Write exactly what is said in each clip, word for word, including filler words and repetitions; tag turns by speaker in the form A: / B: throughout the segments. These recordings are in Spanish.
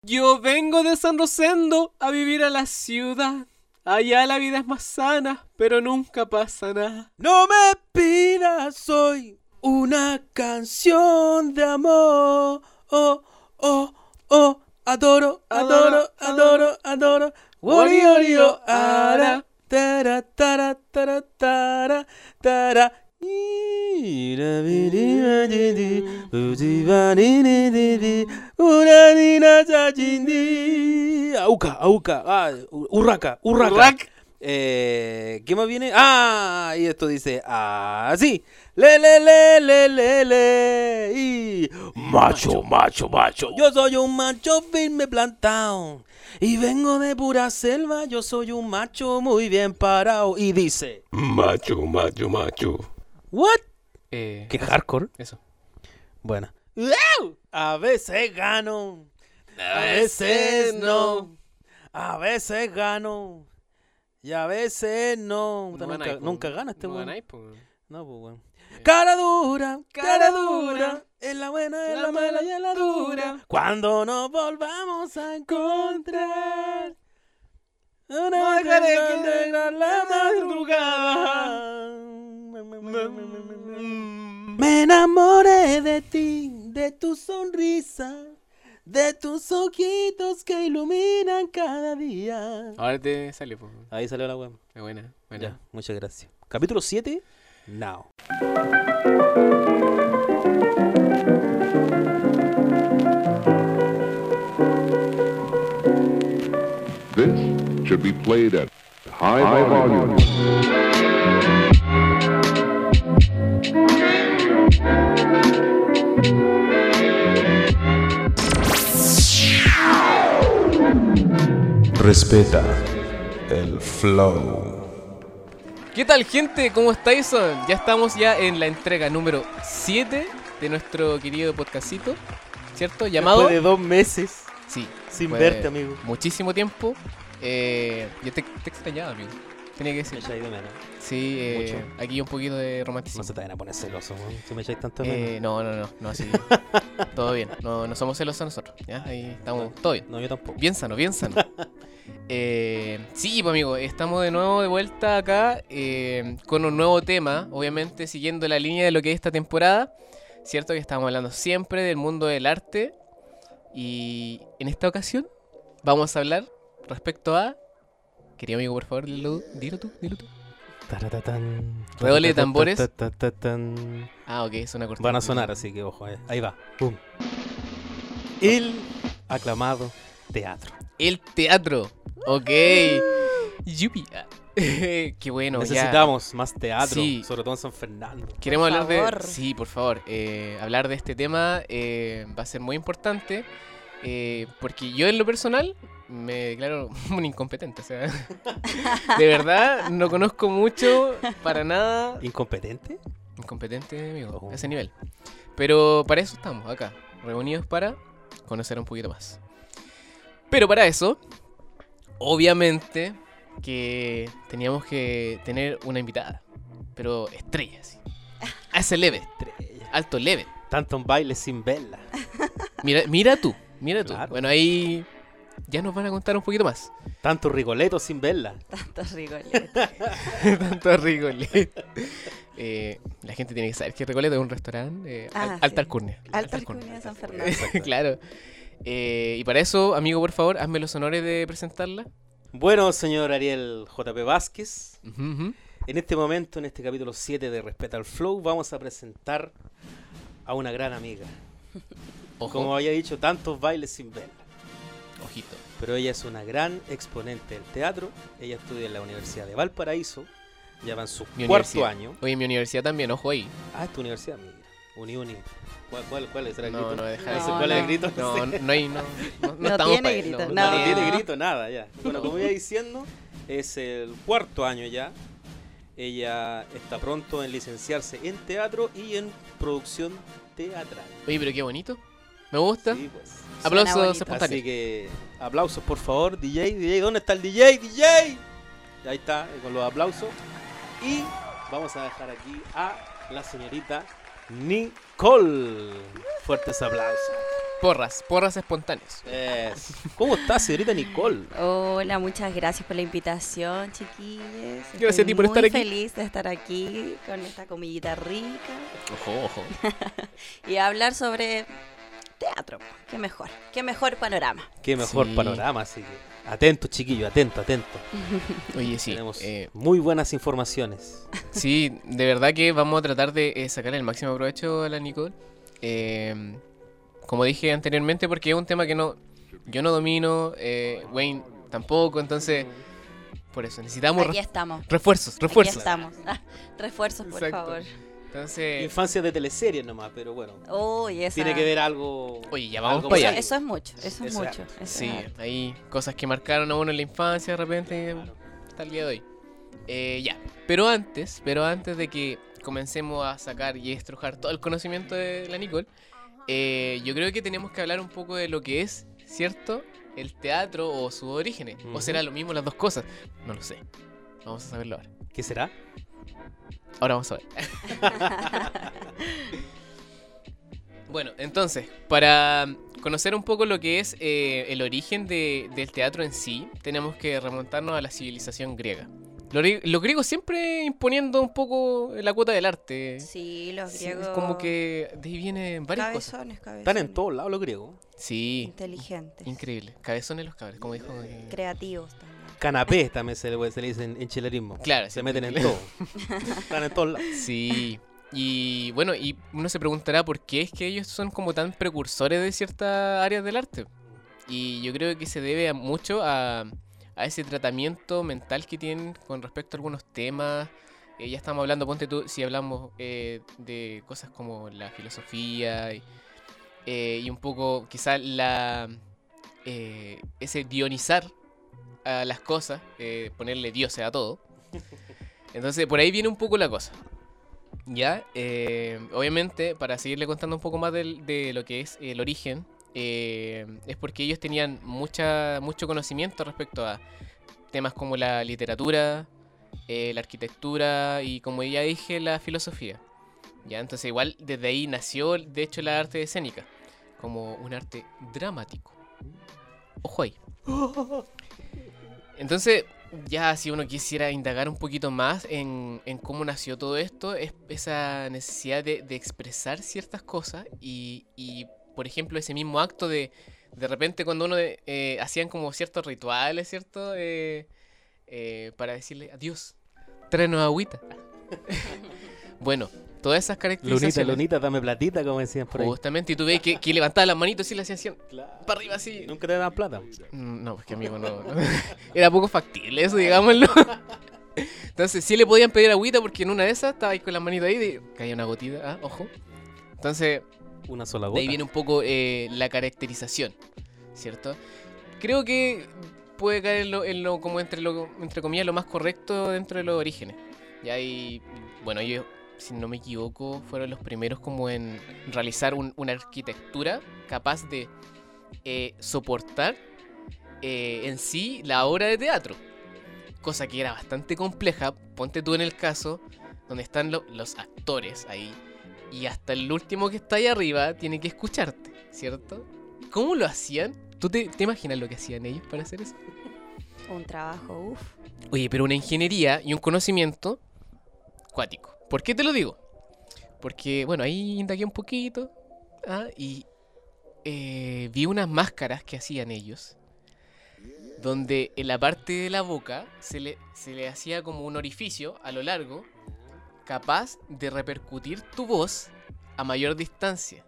A: Yo vengo de San Rosendo a vivir a la ciudad. Allá la vida es más sana, pero nunca pasa nada.
B: No me pidas hoy una canción de amor. Oh, oh, oh. Adoro, adoro, adoro, adoro. Wori, ori, oh, ara. Tara, tara, tara, tara, tara. Auca, auca, ah, urraca, urraca.
A: Urrac.
B: Eh, ¿Qué más viene? Ah, y esto dice así. Le, le, le, le, le, le. Y macho, macho, macho. Yo soy un macho firme plantado. Y vengo de pura selva. Yo soy un macho muy bien parado. Y dice:
C: Macho, macho, macho.
B: ¿What?
A: Eh,
B: ¿Qué hardcore?
A: Eso.
B: Bueno. A veces gano. A veces no. A veces gano. Y a veces no.
A: No
B: nunca,
A: ganáis, po.
B: nunca gana este
A: No
B: weón.
A: ganáis, po.
B: No, pues weón.
A: Eh.
B: Cara dura, cara
A: Cara
B: dura.
A: dura.
B: Es la buena, es
A: La
B: la mala
A: mala
B: y es la dura. Cuando nos volvamos a encontrar. No
A: dejaré que
B: negar la madrugada. Me enamoré de ti, de tu sonrisa, de tus ojitos que iluminan cada día.
A: Ahora te salió, po.
B: Ahí salió la web.
A: Es buena, buena.
B: Ya, muchas gracias. Capítulo siete, now.
C: This should be played at high, high volume.
D: Respeta el flow.
A: ¿Qué tal, gente? ¿Cómo estáis? Son? Ya estamos ya en la entrega número siete de nuestro querido podcastito, ¿cierto? Llamado...
B: Después de dos meses
A: Sí.
B: sin
A: fue
B: verte, amigo.
A: Muchísimo tiempo. Eh, yo te, te extrañaba, amigo. Tenía que
B: Me
A: decir.
B: echáis de menos.
A: Sí, eh,
B: Mucho.
A: aquí un poquito de romanticismo.
B: No se te vayan a poner celoso, weón, si me echáis tanto de menos.
A: Eh, no, no, no, no, así. Todo bien. No, no somos celosos nosotros. ¿Ya? Ahí estamos. Todo bien.
B: No, yo tampoco.
A: Bien sano, bien sano. Eh, sí, pues amigo, estamos de nuevo de vuelta acá eh, con un nuevo tema, obviamente siguiendo la línea de lo que es esta temporada, cierto que estamos hablando siempre del mundo del arte y en esta ocasión vamos a hablar respecto a, querido amigo, por favor, dilo, dilo tú, dilo tú.
B: Taratatán,
A: Redoble de tambores.
B: taratatán.
A: Ah, ok, es una cortina.
B: Van a sonar, así que ojo, eh. Ahí va. Pum. El aclamado teatro.
A: El teatro, ok. Yupi. Qué bueno, ya.
B: Necesitamos más teatro,
A: Sí.
B: sobre todo en San Fernando.
A: Queremos
E: Por
A: hablar
E: favor.
A: de... Sí, por favor. eh, hablar de este tema eh, va a ser muy importante eh, porque yo en lo personal me declaro un incompetente. O sea, de verdad no conozco mucho para nada.
B: ¿Incompetente?
A: Incompetente, amigo,
B: Oh.
A: a ese nivel. Pero para eso estamos acá, reunidos para conocer un poquito más. Pero para eso, obviamente que teníamos que tener una invitada, pero estrella, sí. A ese level,
B: Estrella.
A: alto level.
B: Tanto un baile sin verla.
A: Mira, mira tú, mira tú.
B: Claro.
A: Bueno, ahí ya nos van a contar un poquito más.
B: Tanto Rigoletto sin verla.
E: Tanto Rigoletto.
A: Tanto Rigoletto. Eh, la gente tiene que saber que Rigoletto es un restaurante eh,
E: Ah,
A: al-
E: sí.
A: alta alcurnia.
E: Alta Alcurnia de San Fernando.
A: Claro. Eh, y para eso, amigo, por favor, hazme los honores de presentarla.
B: Bueno, señor Ariel J P Vázquez,
A: Ujú, ujú.
B: en este momento, en este capítulo siete de Respeta al Flow, vamos a presentar a una gran amiga.
A: Ojo,
B: Como había dicho, tantos bailes sin verla.
A: ojito.
B: Pero ella es una gran exponente del teatro. Ella estudia en la Universidad de Valparaíso. Ya va en su
A: Mi
B: cuarto
A: universidad.
B: año.
A: Oye, en mi universidad también, ojo ahí.
B: Ah, es tu universidad, mira. Uni, uni. ¿Cuál, cuál, cuál es el
A: No,
B: grito?
A: no, deja
B: No
A: de
B: sé
E: No,
B: cuál es el
E: no.
B: grito.
A: No,
B: sé.
A: no hay, no, no, no
E: No
A: estamos
E: tiene
A: pa' ahí,
E: grito,
A: no,
B: No,
E: no.
B: no tiene
A: tiene-
B: grito, nada, ya. Bueno, como iba diciendo, es el cuarto año ya. Ella está pronto en licenciarse en teatro y en producción teatral.
A: Oye, pero qué bonito. Me gusta.
B: Sí, pues.
A: Aplausos
E: bonito.
A: espontáneos.
B: Así que aplausos por favor, D J, D J, ¿dónde está el D J? D J. Ahí está, eh, con los aplausos. Y vamos a dejar aquí a la señorita Nicole. Fuertes aplausos.
A: Porras, porras espontáneos.
B: Es. ¿Cómo estás, señorita Nicole?
E: Hola, muchas gracias por la invitación, chiquillos.
A: Gracias
E: Estoy
A: a ti por estar
E: muy
A: aquí.
E: feliz de estar aquí con esta comidita rica
A: Ojo, ojo.
E: y hablar sobre teatro. Qué mejor, qué mejor panorama.
B: Qué mejor
A: Sí.
B: panorama, así que. Atento, chiquillo, atento, atento.
A: Oye, sí.
B: Tenemos
A: eh,
B: muy buenas informaciones.
A: sí, de verdad que vamos a tratar de eh, sacar el máximo provecho a la Nicole. Eh, como dije anteriormente, porque es un tema que no yo no domino, eh, Wayne tampoco, entonces por eso necesitamos
E: Aquí
A: re-
E: estamos.
A: refuerzos,
E: Aquí
A: refuerzos.
E: estamos. Ah, refuerzos, por
A: Exacto.
E: favor.
A: Entonces,
B: Infancia de teleseries nomás, pero bueno.
E: Uy, esa...
B: Tiene que ver algo.
A: oye, ya vamos
B: algo
A: para
E: Eso,
A: allá.
E: eso es mucho, eso es
B: Eso es
E: mucho.
B: harto.
E: eso es
A: Sí,
E: harto.
A: hay cosas que marcaron a uno en la infancia de repente hasta el día de hoy. Eh, ya, pero antes, pero antes de que comencemos a sacar y estrujar todo el conocimiento de la Nicole, eh, yo creo que tenemos que hablar un poco de lo que es, ¿cierto? El teatro o sus orígenes. ¿O
B: Ujú.
A: será lo mismo las dos cosas? No lo sé. Vamos a saberlo ahora.
B: ¿Qué será?
A: Ahora vamos a ver. Bueno, entonces, para conocer un poco lo que es eh, el origen de- del teatro en sí, tenemos que remontarnos a la civilización griega. Los, grie- los griegos siempre imponiendo un poco la cuota del arte.
E: Sí, los
A: Sí,
E: griegos...
A: es como que de ahí vienen varias cosas.
E: Cabezones, cabezones.
B: Están en todos lados los griegos.
A: Sí,
E: Inteligentes.
A: increíble. Cabezones los cabros, como dijo. eh,
E: Creativos también.
B: Canapés también se le, se le dice en, en chilerismo.
A: Claro,
B: Se
A: sí,
B: meten en
A: claro.
B: todo. Están en todos lados.
A: Sí. Y bueno, y uno se preguntará por qué es que ellos son como tan precursores de ciertas áreas del arte. Y yo creo que se debe a mucho a, a ese tratamiento mental que tienen con respecto a algunos temas. Eh, ya estamos hablando, ponte tú, si hablamos eh, de cosas como la filosofía y, eh, y un poco quizá la eh, ese dionizar a las cosas, eh, ponerle dioses a todo. Entonces por ahí viene un poco la cosa. Ya, eh, obviamente, para seguirle contando un poco más del- de lo que es el origen, eh, es porque ellos tenían mucha, mucho conocimiento respecto a temas como la literatura, eh, la arquitectura y, como ya dije, la filosofía. Ya, entonces igual desde ahí nació, de hecho, la arte escénica, como un arte dramático. Ojo ahí. Entonces, ya si uno quisiera indagar un poquito más en, en cómo nació todo esto, es esa necesidad de, de expresar ciertas cosas y, y, por ejemplo, ese mismo acto de, de repente cuando uno eh, hacían como ciertos rituales, ¿cierto? Eh, eh, para decirle adiós, tráenos agüita. Bueno, todas esas
B: Lunita,
A: características.
B: lunita, dame platita, como decían por ahí.
A: Justamente, y tú ves que, que levantaba las manitos y le hacían así,
B: Claro.
A: para arriba así.
B: Nunca te dan plata.
A: Mm, No, porque amigo, no, no. Era poco factible eso, digámoslo. Entonces, sí le podían pedir agüita porque en una de esas estaba ahí con las manitos ahí y caía una gotita, ah, ojo. Entonces,
B: Una sola
A: de
B: gota.
A: ahí viene un poco eh, la caracterización, ¿cierto? Creo que puede caer en lo, en lo- como entre lo, entre comillas, lo más correcto dentro de los orígenes. Y ahí, bueno, ellos, si no me equivoco, fueron los primeros como en realizar un- una arquitectura capaz de eh, soportar eh, en sí la obra de teatro. Cosa que era bastante compleja. Ponte tú en el caso donde están lo- los actores ahí. Y hasta el último que está ahí arriba tiene que escucharte, ¿cierto? ¿Cómo lo hacían? ¿Tú te, te imaginas lo que hacían ellos para hacer eso?
E: Un trabajo, uff.
A: Oye, pero una ingeniería y un conocimiento cuático. ¿Por qué te lo digo? Porque, bueno, ahí indagué un poquito ah, y eh, vi unas máscaras que hacían ellos, donde en la parte de la boca se le, se le hacía como un orificio a lo largo, capaz de repercutir tu voz a mayor distancia.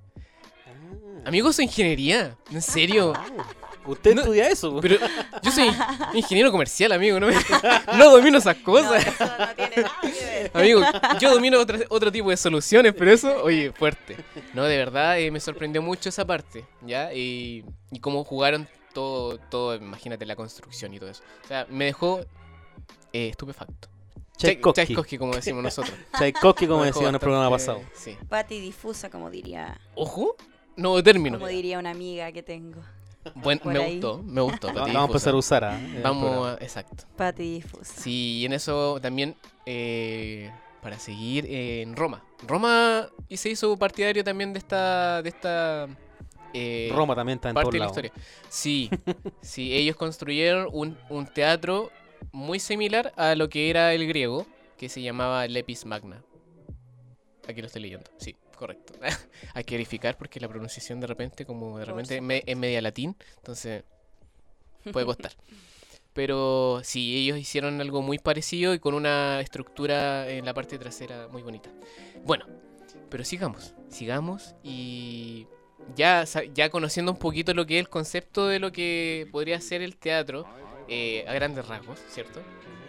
B: Ah.
A: Amigos, ¿eso es ingeniería? ¿En serio?
B: Usted
A: No,
B: estudia eso.
A: Pero yo soy ingeniero comercial, amigo, no, me- no domino esas
E: No,
A: cosas.
E: eso no tiene nada que ver.
A: Amigo, yo domino otro, otro tipo de soluciones, pero eso, oye, fuerte. No, de verdad, eh, me sorprendió mucho esa parte, ¿ya? Y, y cómo jugaron todo, todo, imagínate, la construcción y todo eso. O sea, me dejó eh, estupefacto.
B: Tchaikovsky.
A: Tchaikovsky, como decimos nosotros.
B: Tchaikovsky, como
A: Me dejó
B: decía en el programa
A: bastante-
B: pasado.
A: Sí.
E: Pati difusa, como diría,
A: Ojo, nuevo término.
E: como diría una amiga que tengo.
A: Bueno,
E: por
A: me
E: ahí.
A: gustó, me gustó.
B: La-
A: Pati
B: la vamos a empezar a
A: Difusa.
B: usar. ah, en el
A: Vamos
B: programa.
A: a, exacto.
E: Pati difusa.
A: Sí, y en eso también, eh, para seguir, eh, en Roma. Roma y se hizo partidario también de esta, de esta eh,
B: Roma también está en
A: parte
B: todos
A: de la
B: lados.
A: historia. Sí, sí, ellos construyeron un, un teatro muy similar a lo que era el griego, que se llamaba Lepis Magna. Aquí lo estoy leyendo, sí, correcto. Hay que verificar porque la pronunciación de repente, como de
E: Por
A: repente me- es media latín, entonces puede costar. Pero sí, ellos hicieron algo muy parecido y con una estructura en la parte trasera muy bonita. Bueno, pero sigamos, sigamos y ya, sa- ya conociendo un poquito lo que es el concepto de lo que podría ser el teatro, eh, a grandes rasgos, ¿cierto?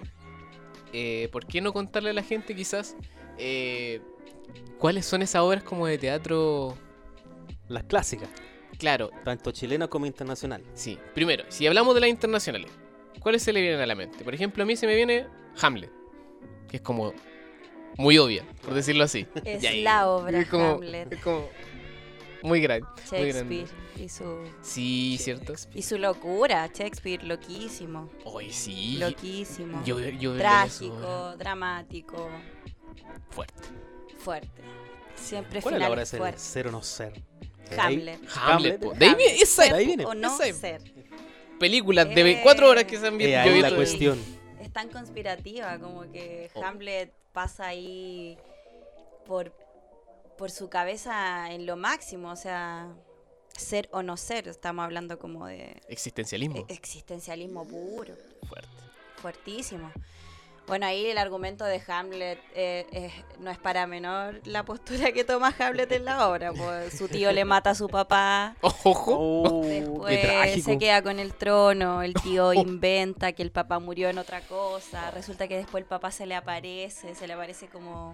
A: Eh, ¿por qué no contarle a la gente quizás eh, cuáles son esas obras como de teatro?
B: Las clásicas,
A: Claro,
B: tanto chilenas como internacionales.
A: sí. Primero, si hablamos de las internacionales, ¿cuáles se le vienen a la mente? Por ejemplo, a mí se me viene Hamlet, que es como muy obvia, por decirlo así.
E: Es
A: Y ahí-
E: la obra
A: es como,
E: Hamlet.
A: es como muy grande. Muy grande.
E: Shakespeare y su,
A: Sí, ¿cierto?
E: y su locura. Shakespeare, loquísimo.
A: Hoy sí.
E: Loquísimo.
A: Yo, yo veo
E: Trágico,
A: eso
E: dramático,
A: fuerte.
E: fuerte. Siempre
B: ¿Cuál es la obra de
E: finales
B: ser,
E: fuertes.
B: ser o no ser?
E: Hamlet.
A: Hamlet, po.
B: Hamlet.
A: De ahí viene esa
B: De ahí viene.
E: O no
A: esa es.
E: ser.
A: películas de
E: Eh,
A: cuatro horas que se han visto.
B: Eh,
A: yo
B: ahí
A: he
B: la
A: visto-
B: cuestión.
E: Es tan conspirativa como que
A: Oh.
E: Hamlet pasa ahí por, por su cabeza en lo máximo. O sea, ser o no ser. Estamos hablando como de
A: Existencialismo.
E: e- existencialismo puro.
A: Fuerte.
E: Fuertísimo. Bueno, ahí el argumento de Hamlet eh, eh, no es para menor la postura que toma Hamlet en la obra. Pues su tío le mata a su papá,
A: Ojo.
B: Oh, qué
E: después
B: trágico.
E: se queda con el trono, el tío inventa que el papá murió en otra cosa, resulta que después el papá se le aparece, se le aparece como...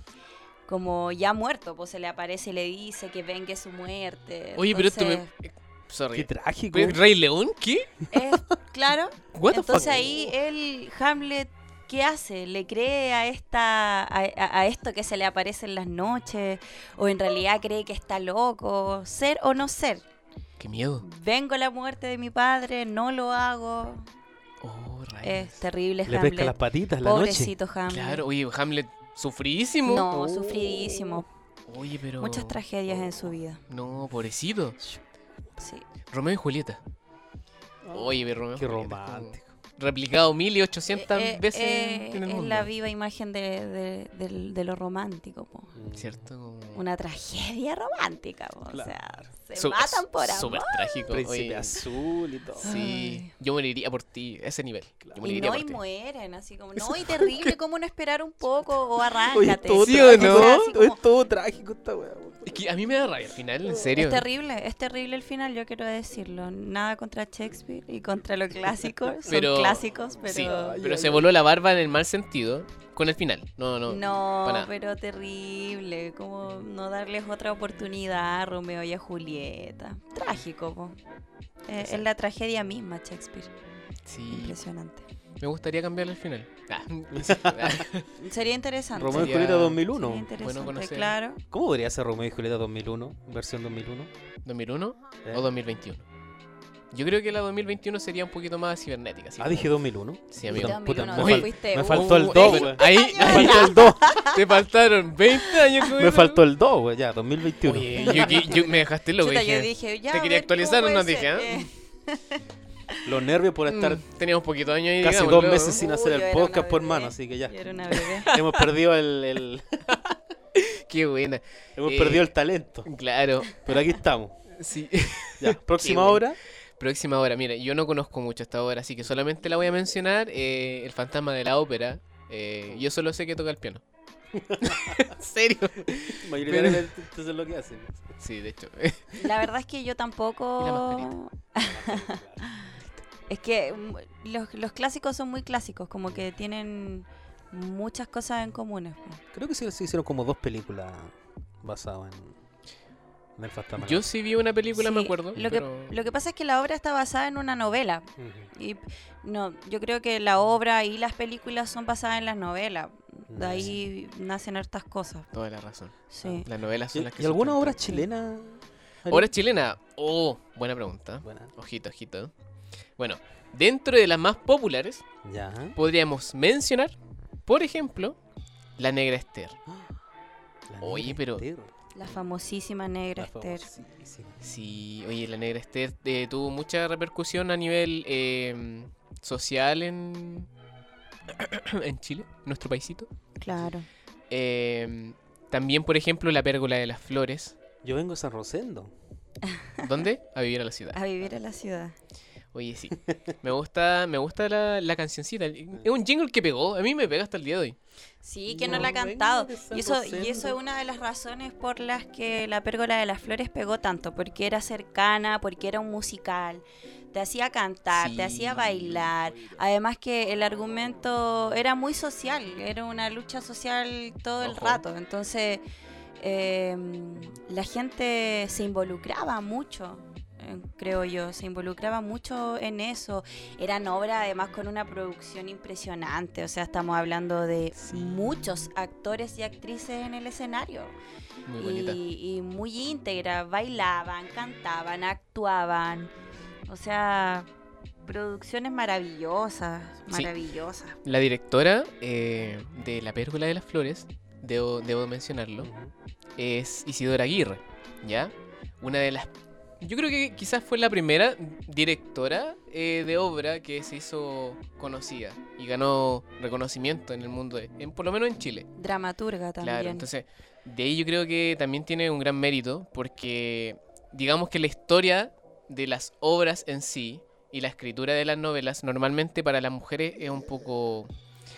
E: Como ya muerto, pues se le aparece y le dice que vengue su muerte.
A: Oye, pero esto me.
E: Entonces,
A: eh, Sorry.
B: Qué trágico.
A: ¿Pero ¿Rey León? ¿Qué?
E: es- claro.
A: What the
E: Entonces
A: fuck?
E: ahí él, Hamlet, ¿qué hace? ¿Le cree a esta a, a- a esto que se le aparece en las noches? ¿O en realidad cree que está loco? ¿Ser o no ser?
A: Qué miedo.
E: Vengo a la muerte de mi padre, no lo hago.
A: Oh, rayos.
E: Es terrible
B: Le
E: Hamlet.
B: pesca las patitas la noche.
E: Pobrecito Hamlet.
A: Claro, oye, Hamlet sufridísimo.
E: No,
A: Oh.
E: sufridísimo.
A: Oye, pero.
E: Muchas tragedias en su vida.
A: No, pobrecito.
E: Sí.
A: Romeo y Julieta. Oye, ve, Romeo y
B: Qué
A: Julieta, es como
B: romántico.
A: Replicado mil y ochocientas
E: Eh, eh,
A: veces
E: eh,
A: en el
E: es
A: mundo.
E: la viva imagen de, de- del- de lo romántico, po.
A: ¿Cierto? Como-
E: Una tragedia romántica, po. O sea, se
A: Su-
E: matan por amor.
A: Súper trágico.
B: Príncipe
A: oye.
B: azul y todo.
A: Sí,
E: Ay.
A: yo moriría por ti, a ese nivel. Yo
E: Y
A: moriría
E: no, y
A: por ti.
E: mueren, así como, no, y terrible, ¿cómo no esperar un poco? O
B: Oye,
E: arráncate.
B: todo
A: ¿Sí o
B: trágico,
A: no?
E: así como-
B: Es todo trágico esta weá.
A: Es que a mí me da rabia al final, en serio.
E: Es terrible, es terrible el final, yo quiero decirlo. Nada contra Shakespeare y contra lo clásico, son
A: Pero-
E: clásicos, pero...
A: Sí,
B: Ay,
A: pero
B: ay,
A: se
B: ay.
A: voló la barba en el mal sentido con el final. No, no.
E: No,
A: pa' nada.
E: pero terrible, como no darles otra oportunidad a Romeo y a Julieta. Trágico, po. Eh, es la tragedia misma, Shakespeare.
A: Sí,
E: Impresionante.
A: me gustaría cambiarle el final. Ah,
E: Sería interesante.
B: Romeo y
A: Sería-
B: Julieta dos mil
E: Sería
B: uno.
E: interesante,
A: conocer.
E: claro.
B: ¿Cómo podría ser Romeo y Julieta dos mil uno? Versión dos mil uno.
A: ¿dos mil uno
B: Eh.
A: o dos mil veintiuno? Yo creo que la dos mil veintiuno sería un poquito más cibernética. así
B: Ah,
A: como-
B: dije dos mil uno.
A: Sí, amigo.
B: Puta, puta,
E: dos mil uno,
B: me,
A: Oye,
B: fal-
E: fuiste
B: me
E: un-
B: faltó el
A: Uh,
B: dos,
A: eh,
B: güey.
A: Ahí,
B: Me
A: ahí
B: faltó el dos.
A: te faltaron veinte años con
B: Me
A: eso.
B: faltó el dos, güey. Ya, dos mil veintiuno.
A: Oye, yo, yo- yo- me dejaste loco.
E: Chuta,
A: dije,
E: yo dije, ya.
A: te
E: a
A: quería
E: ver,
A: actualizar,
E: ¿cómo
A: no
E: puede
A: dije,
E: ser?
A: ¿ah?
E: Eh,
B: Los nervios por estar
A: mm, teníamos poquito años ahí.
B: casi
A: digámoslo.
B: dos meses sin
E: Uy,
B: hacer
E: yo
B: el
E: era
B: podcast
E: una
B: por
E: bebé,
B: mano, así que ya.
E: yo era una bebé.
B: Hemos perdido el, el-
A: Qué buena.
B: hemos
A: Eh,
B: perdido el talento.
A: Claro.
B: Pero aquí estamos.
A: Sí.
B: Ya, próxima
A: bueno.
B: hora.
A: Próxima hora, mira, yo no conozco mucho esta obra, así que solamente la voy a mencionar. eh, El fantasma de la ópera. eh, yo solo sé que toca el piano. ¿En serio?
B: Mayoritariamente eso es lo que hacen.
A: Sí, de hecho.
E: La verdad es que yo
A: Y la
E: tampoco. Es que mm, los, los clásicos son muy clásicos, como que tienen muchas cosas en común.
B: Creo que sí se hicieron como dos películas basadas en, en el fantasma.
A: Yo sí vi una película, me
E: Sí,
A: acuerdo.
E: Lo,
A: pero...
E: que, lo que pasa es que la obra está basada en una novela.
B: Ujú.
E: Y no, yo creo que la obra y las películas son basadas en las novelas. De
B: Ya,
E: ahí nacen hartas cosas.
A: Toda la razón.
E: Sí.
A: Las novelas son
B: ¿Y,
A: las que
B: y alguna
A: sustentan.
B: obra chilena?
A: ¿Obra chilena? Oh, buena pregunta.
B: Buena.
A: Ojito, ojito. Bueno, dentro de las más populares,
B: Ya.
A: podríamos mencionar, por ejemplo, La Negra Esther.
B: La
A: Oye,
B: Negra
A: pero-
B: Esther.
E: La famosísima Negra
B: La
E: Esther.
B: famosísima.
A: Sí, oye, la Negra Esther eh, tuvo mucha repercusión a nivel eh, social en, en Chile, nuestro paisito.
E: Claro.
A: Eh, también, por ejemplo, la Pérgola de las Flores.
B: Yo vengo de San Rosendo.
A: ¿Dónde? A vivir a la ciudad.
E: A vivir en la ciudad.
A: Oye, sí. Me gusta, me gusta la, la cancioncita. Es un jingle que pegó. A mí me pega hasta el día de hoy.
E: Sí, que no,
B: No
E: la ha
B: vengo
E: cantado.
B: de San
E: Y eso, y
B: Rosendo.
E: eso es una de las razones por las que la Pérgola de las Flores pegó tanto, porque era cercana, porque era un musical, te hacía cantar,
A: Sí.
E: te hacía bailar. Además que el argumento era muy social, era una lucha social todo el
A: Ojo.
E: rato. Entonces, eh, la gente se involucraba mucho. eh, Creo yo, se involucraba mucho en eso. Eran obras además con una producción impresionante, o sea, estamos hablando de muchos actores y actrices en el escenario.
A: Muy bonita.
E: Y, y muy íntegra, bailaban, cantaban, actuaban, o sea, producciones maravillosas,
A: Sí.
E: maravillosas.
A: La directora eh, de La Pérgola de las Flores, debo, debo mencionarlo,
B: Ujú.
A: es Isidora Aguirre, ¿ya? Una de las... Yo creo que quizás fue la primera directora eh, de obra que se hizo conocida y ganó reconocimiento en el mundo, de- en, por lo menos en Chile.
E: Dramaturga también.
A: Claro, entonces de ahí yo creo que también tiene un gran mérito porque digamos que la historia de las obras en sí y la escritura de las novelas normalmente para las mujeres es un poco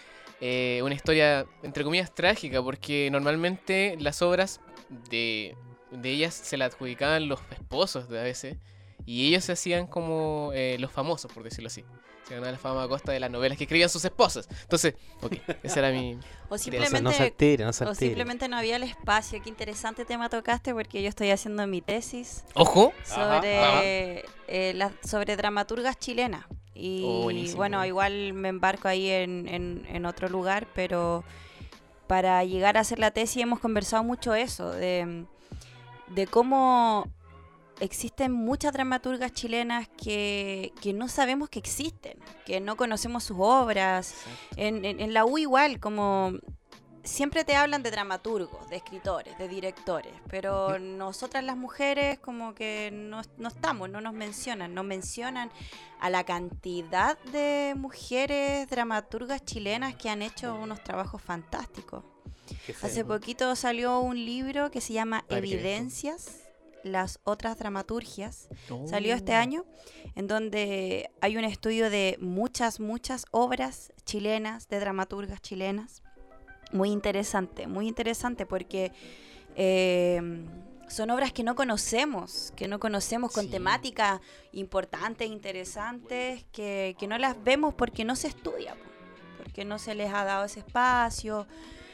A: eh, una historia entre comillas trágica porque normalmente las obras de, de ellas se la adjudicaban los esposos de a veces y ellos se hacían como eh, los famosos, por decirlo así. Se ganaban la fama a costa de las novelas que escribían sus esposas. Entonces, ok, esa era mi...
E: O
B: O sea,
E: simplemente,
B: no se altere, no se
E: o
B: altere.
E: simplemente no había el espacio. Qué interesante tema tocaste porque yo estoy haciendo mi tesis
A: ¡Ojo!
E: sobre,
A: Ajá.
E: eh, la- sobre dramaturgas chilenas. Y
A: Oh, buenísimo.
E: bueno, igual me embarco ahí en, en, en otro lugar, pero para llegar a hacer la tesis hemos conversado mucho eso, de, de cómo existen muchas dramaturgas chilenas que, que no sabemos que existen, que no conocemos sus obras. En, en, en la U igual, como siempre te hablan de dramaturgos, de escritores, de directores, pero nosotras las mujeres como que no, no estamos, no nos mencionan, no mencionan a la cantidad de mujeres dramaturgas chilenas que han hecho unos trabajos fantásticos.
B: Qué feo.
E: Hace poquito salió un libro que se llama
B: A ver, ¿qué es esto?
E: Evidencias, las otras dramaturgias.
A: Oh.
E: Salió este año, en donde hay un estudio de muchas, muchas obras chilenas, de dramaturgas chilenas. Muy interesante, muy interesante porque eh, son obras que no conocemos, que no conocemos con
A: Sí.
E: temáticas importantes, interesantes, que, que no las vemos porque no se estudia, po, porque no se les ha dado ese espacio.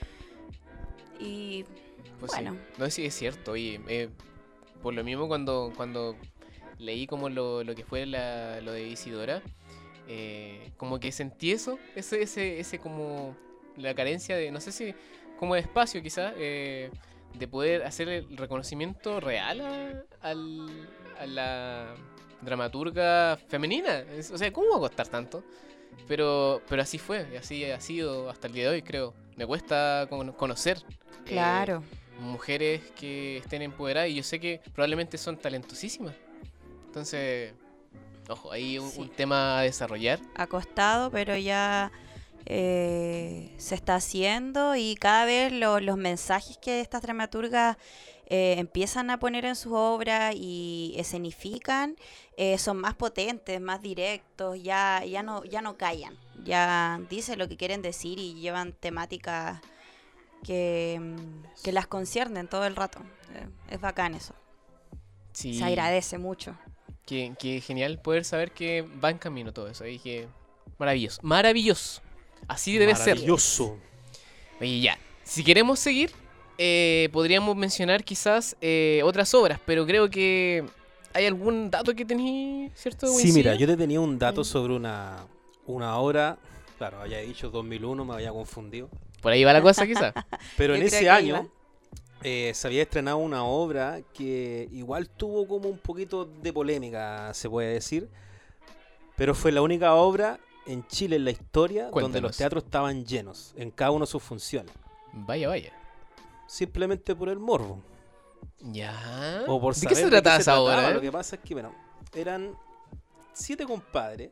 E: Y
A: Pues
E: bueno.
A: sí. No, sí, es cierto. Oye, eh, por lo mismo cuando, cuando leí como lo, lo que fue la- lo de Isidora, eh, como que sentí eso, ese, ese, ese como la carencia de, no sé si, como de espacio quizás, eh, de poder hacer el reconocimiento real a, al- a la dramaturga femenina. Es- o sea, ¿cómo va a costar tanto? Pero, pero así fue, y así ha sido hasta el día de hoy, creo. Me cuesta con- conocer. eh,
E: claro,
A: mujeres que estén empoderadas y yo sé que probablemente son talentosísimas. Entonces, ojo, hay un,
E: Sí.
A: un tema a desarrollar.
E: ha costado, pero ya eh, se está haciendo y cada vez lo- los mensajes que estas dramaturgas eh, empiezan a poner en sus obras y escenifican eh, son más potentes, más directos, ya, ya, no, ya no callan, ya dicen lo que quieren decir y llevan temáticas que, mm, que las conciernen todo el rato. Eh, es bacán eso,
A: Sí,
E: se agradece mucho.
A: que, que genial poder saber que va en camino todo eso. Y que maravilloso, maravilloso. Así debe ser.
B: Maravilloso.
A: Oye, ya. Si queremos seguir, eh, podríamos mencionar quizás eh, otras obras, pero creo que hay algún dato que tenéis, ¿cierto?
B: Sí,
A: Wincilla?
B: mira, yo te tenía un dato
E: Mm.
B: sobre una, una obra. Claro, había dicho dos mil uno, me había confundido.
A: Por ahí va la cosa quizás.
B: Pero en
E: Yo creo
B: ese
E: que ahí
B: año eh, se había estrenado una obra que igual tuvo como un poquito de polémica, se puede decir. Pero fue la única obra en Chile en la historia donde
A: Cuéntanos.
B: los teatros estaban llenos en cada una de sus funciones.
A: Vaya, vaya.
B: Simplemente por el morbo.
A: Ya.
B: O por
A: ¿De
B: saber
A: qué se trataba
B: se
A: esa obra?
B: trataba.
A: eh?
B: Lo que pasa es que, bueno, eran siete compadres.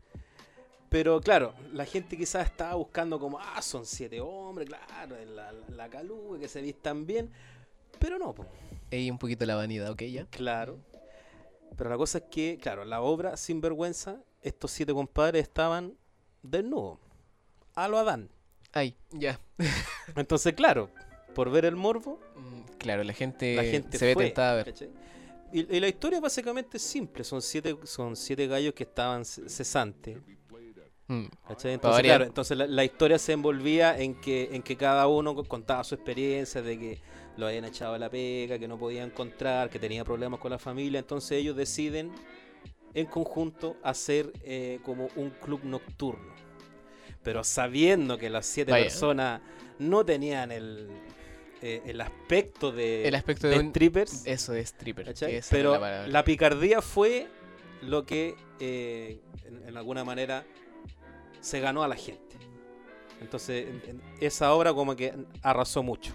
B: Pero claro, la gente quizás estaba buscando como, ah, son siete hombres, claro, la, la, la caluga, que se vistan bien. Pero no, pues,
A: Ey, un poquito la vanidad, ok, ya.
B: claro. Pero la cosa es que, claro, la obra, sin vergüenza, estos siete compadres estaban desnudos. A lo Adán.
A: Ay, ya.
B: Entonces, claro, por ver el morbo,
A: Mm, Claro, la gente,
B: la gente
A: se ve
B: fue,
A: tentada a ver.
B: ¿cachai? Y, y la historia básicamente es simple. Son siete, son siete gallos que estaban ce- cesantes.
A: Mm,
B: ¿Cachai?
A: Pa'
B: Entonces,
A: variar.
B: claro, entonces la, la historia se envolvía en que, en que cada uno co- contaba su experiencia de que lo habían echado a la pega, que no podía encontrar, que tenía problemas con la familia. Entonces ellos deciden en conjunto hacer eh, como un club nocturno. Pero sabiendo que las siete
A: Vaya.
B: personas no tenían el, eh, el aspecto de,
A: El aspecto
B: de
A: de un-
B: strippers,
A: Eso es stripper.
B: ¿cachai?
A: esa era
B: Pero
A: la palabra.
B: la picardía fue lo que eh, en, en alguna manera se ganó a la gente. Entonces en- en esa obra como que arrasó mucho.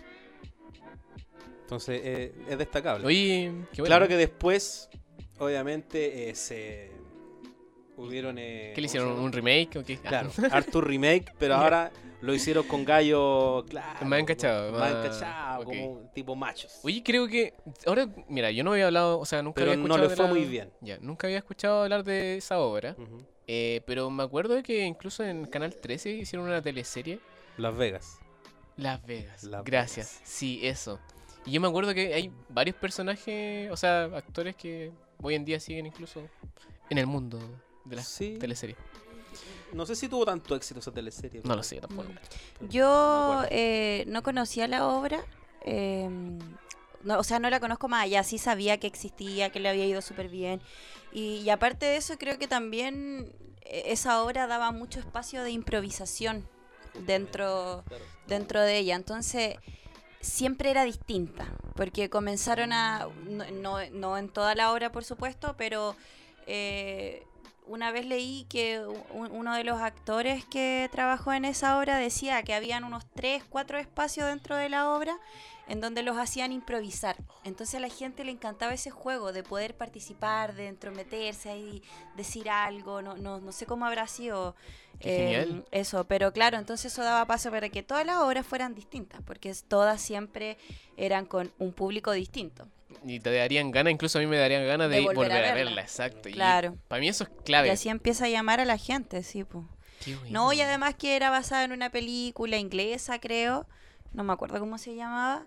B: Entonces eh, es destacable.
A: Oye, qué bueno.
B: Claro que después, obviamente, eh, se hubieron... eh,
A: ¿Qué le
B: ¿cómo se
A: hicieron?
B: llama?
A: ¿Un remake o qué? Ah,
B: Claro, Arthur Remake, pero
A: Ya.
B: ahora lo hicieron con gallo, claro.
A: Más encachado,
B: Más,
A: más-
B: encachado,
A: ok.
B: como tipo machos.
A: Oye, creo que. Ahora, mira, yo no había hablado, o sea, nunca
B: Pero
A: había
B: no
A: escuchado.
B: le
A: de
B: fue
A: la-
B: muy bien.
A: Ya, nunca había escuchado hablar de esa obra.
B: Ujú.
A: eh, pero me acuerdo de que incluso en Canal trece hicieron una teleserie.
B: Las Vegas.
A: Las Vegas.
B: Las
A: Gracias.
B: Vegas.
A: Sí, eso. Y yo me acuerdo que hay varios personajes, o sea, actores que hoy en día siguen incluso en el mundo de las
B: Sí.
A: teleseries.
B: No sé si tuvo tanto éxito esa teleserie.
A: No
B: pero-
A: lo sé tampoco.
B: pero
E: Yo
B: no me acuerdo.
E: eh, no conocía la obra, eh, no, o sea, no la conozco más allá, sí sabía que existía, que le había ido súper bien. Y, y aparte de eso, creo que también eh, esa obra daba mucho espacio de improvisación dentro,
B: Claro.
E: dentro de ella. Entonces, siempre era distinta, porque comenzaron a, no, no, no en toda la obra, por supuesto, pero eh, una vez leí que u- uno de los actores que trabajó en esa obra decía que habían unos tres, cuatro espacios dentro de la obra en donde los hacían improvisar. Entonces a la gente le encantaba ese juego de poder participar, de entrometerse y decir algo, no, no, no sé cómo habrá sido
A: Qué
E: eh,
A: genial.
E: eso, pero claro, entonces eso daba paso para que todas las obras fueran distintas, porque es- todas siempre eran con un público distinto.
A: Y te darían ganas, incluso a mí me darían ganas de,
E: De volver
A: volver,
E: a
A: a
E: verla.
A: verla, exacto.
E: Claro.
A: Y para mí eso es
E: Y
A: clave.
E: así empieza a llamar a la gente, sí, pues.
A: Qué bueno.
E: No, y además que era basada en una película inglesa, creo. No me acuerdo cómo se llamaba.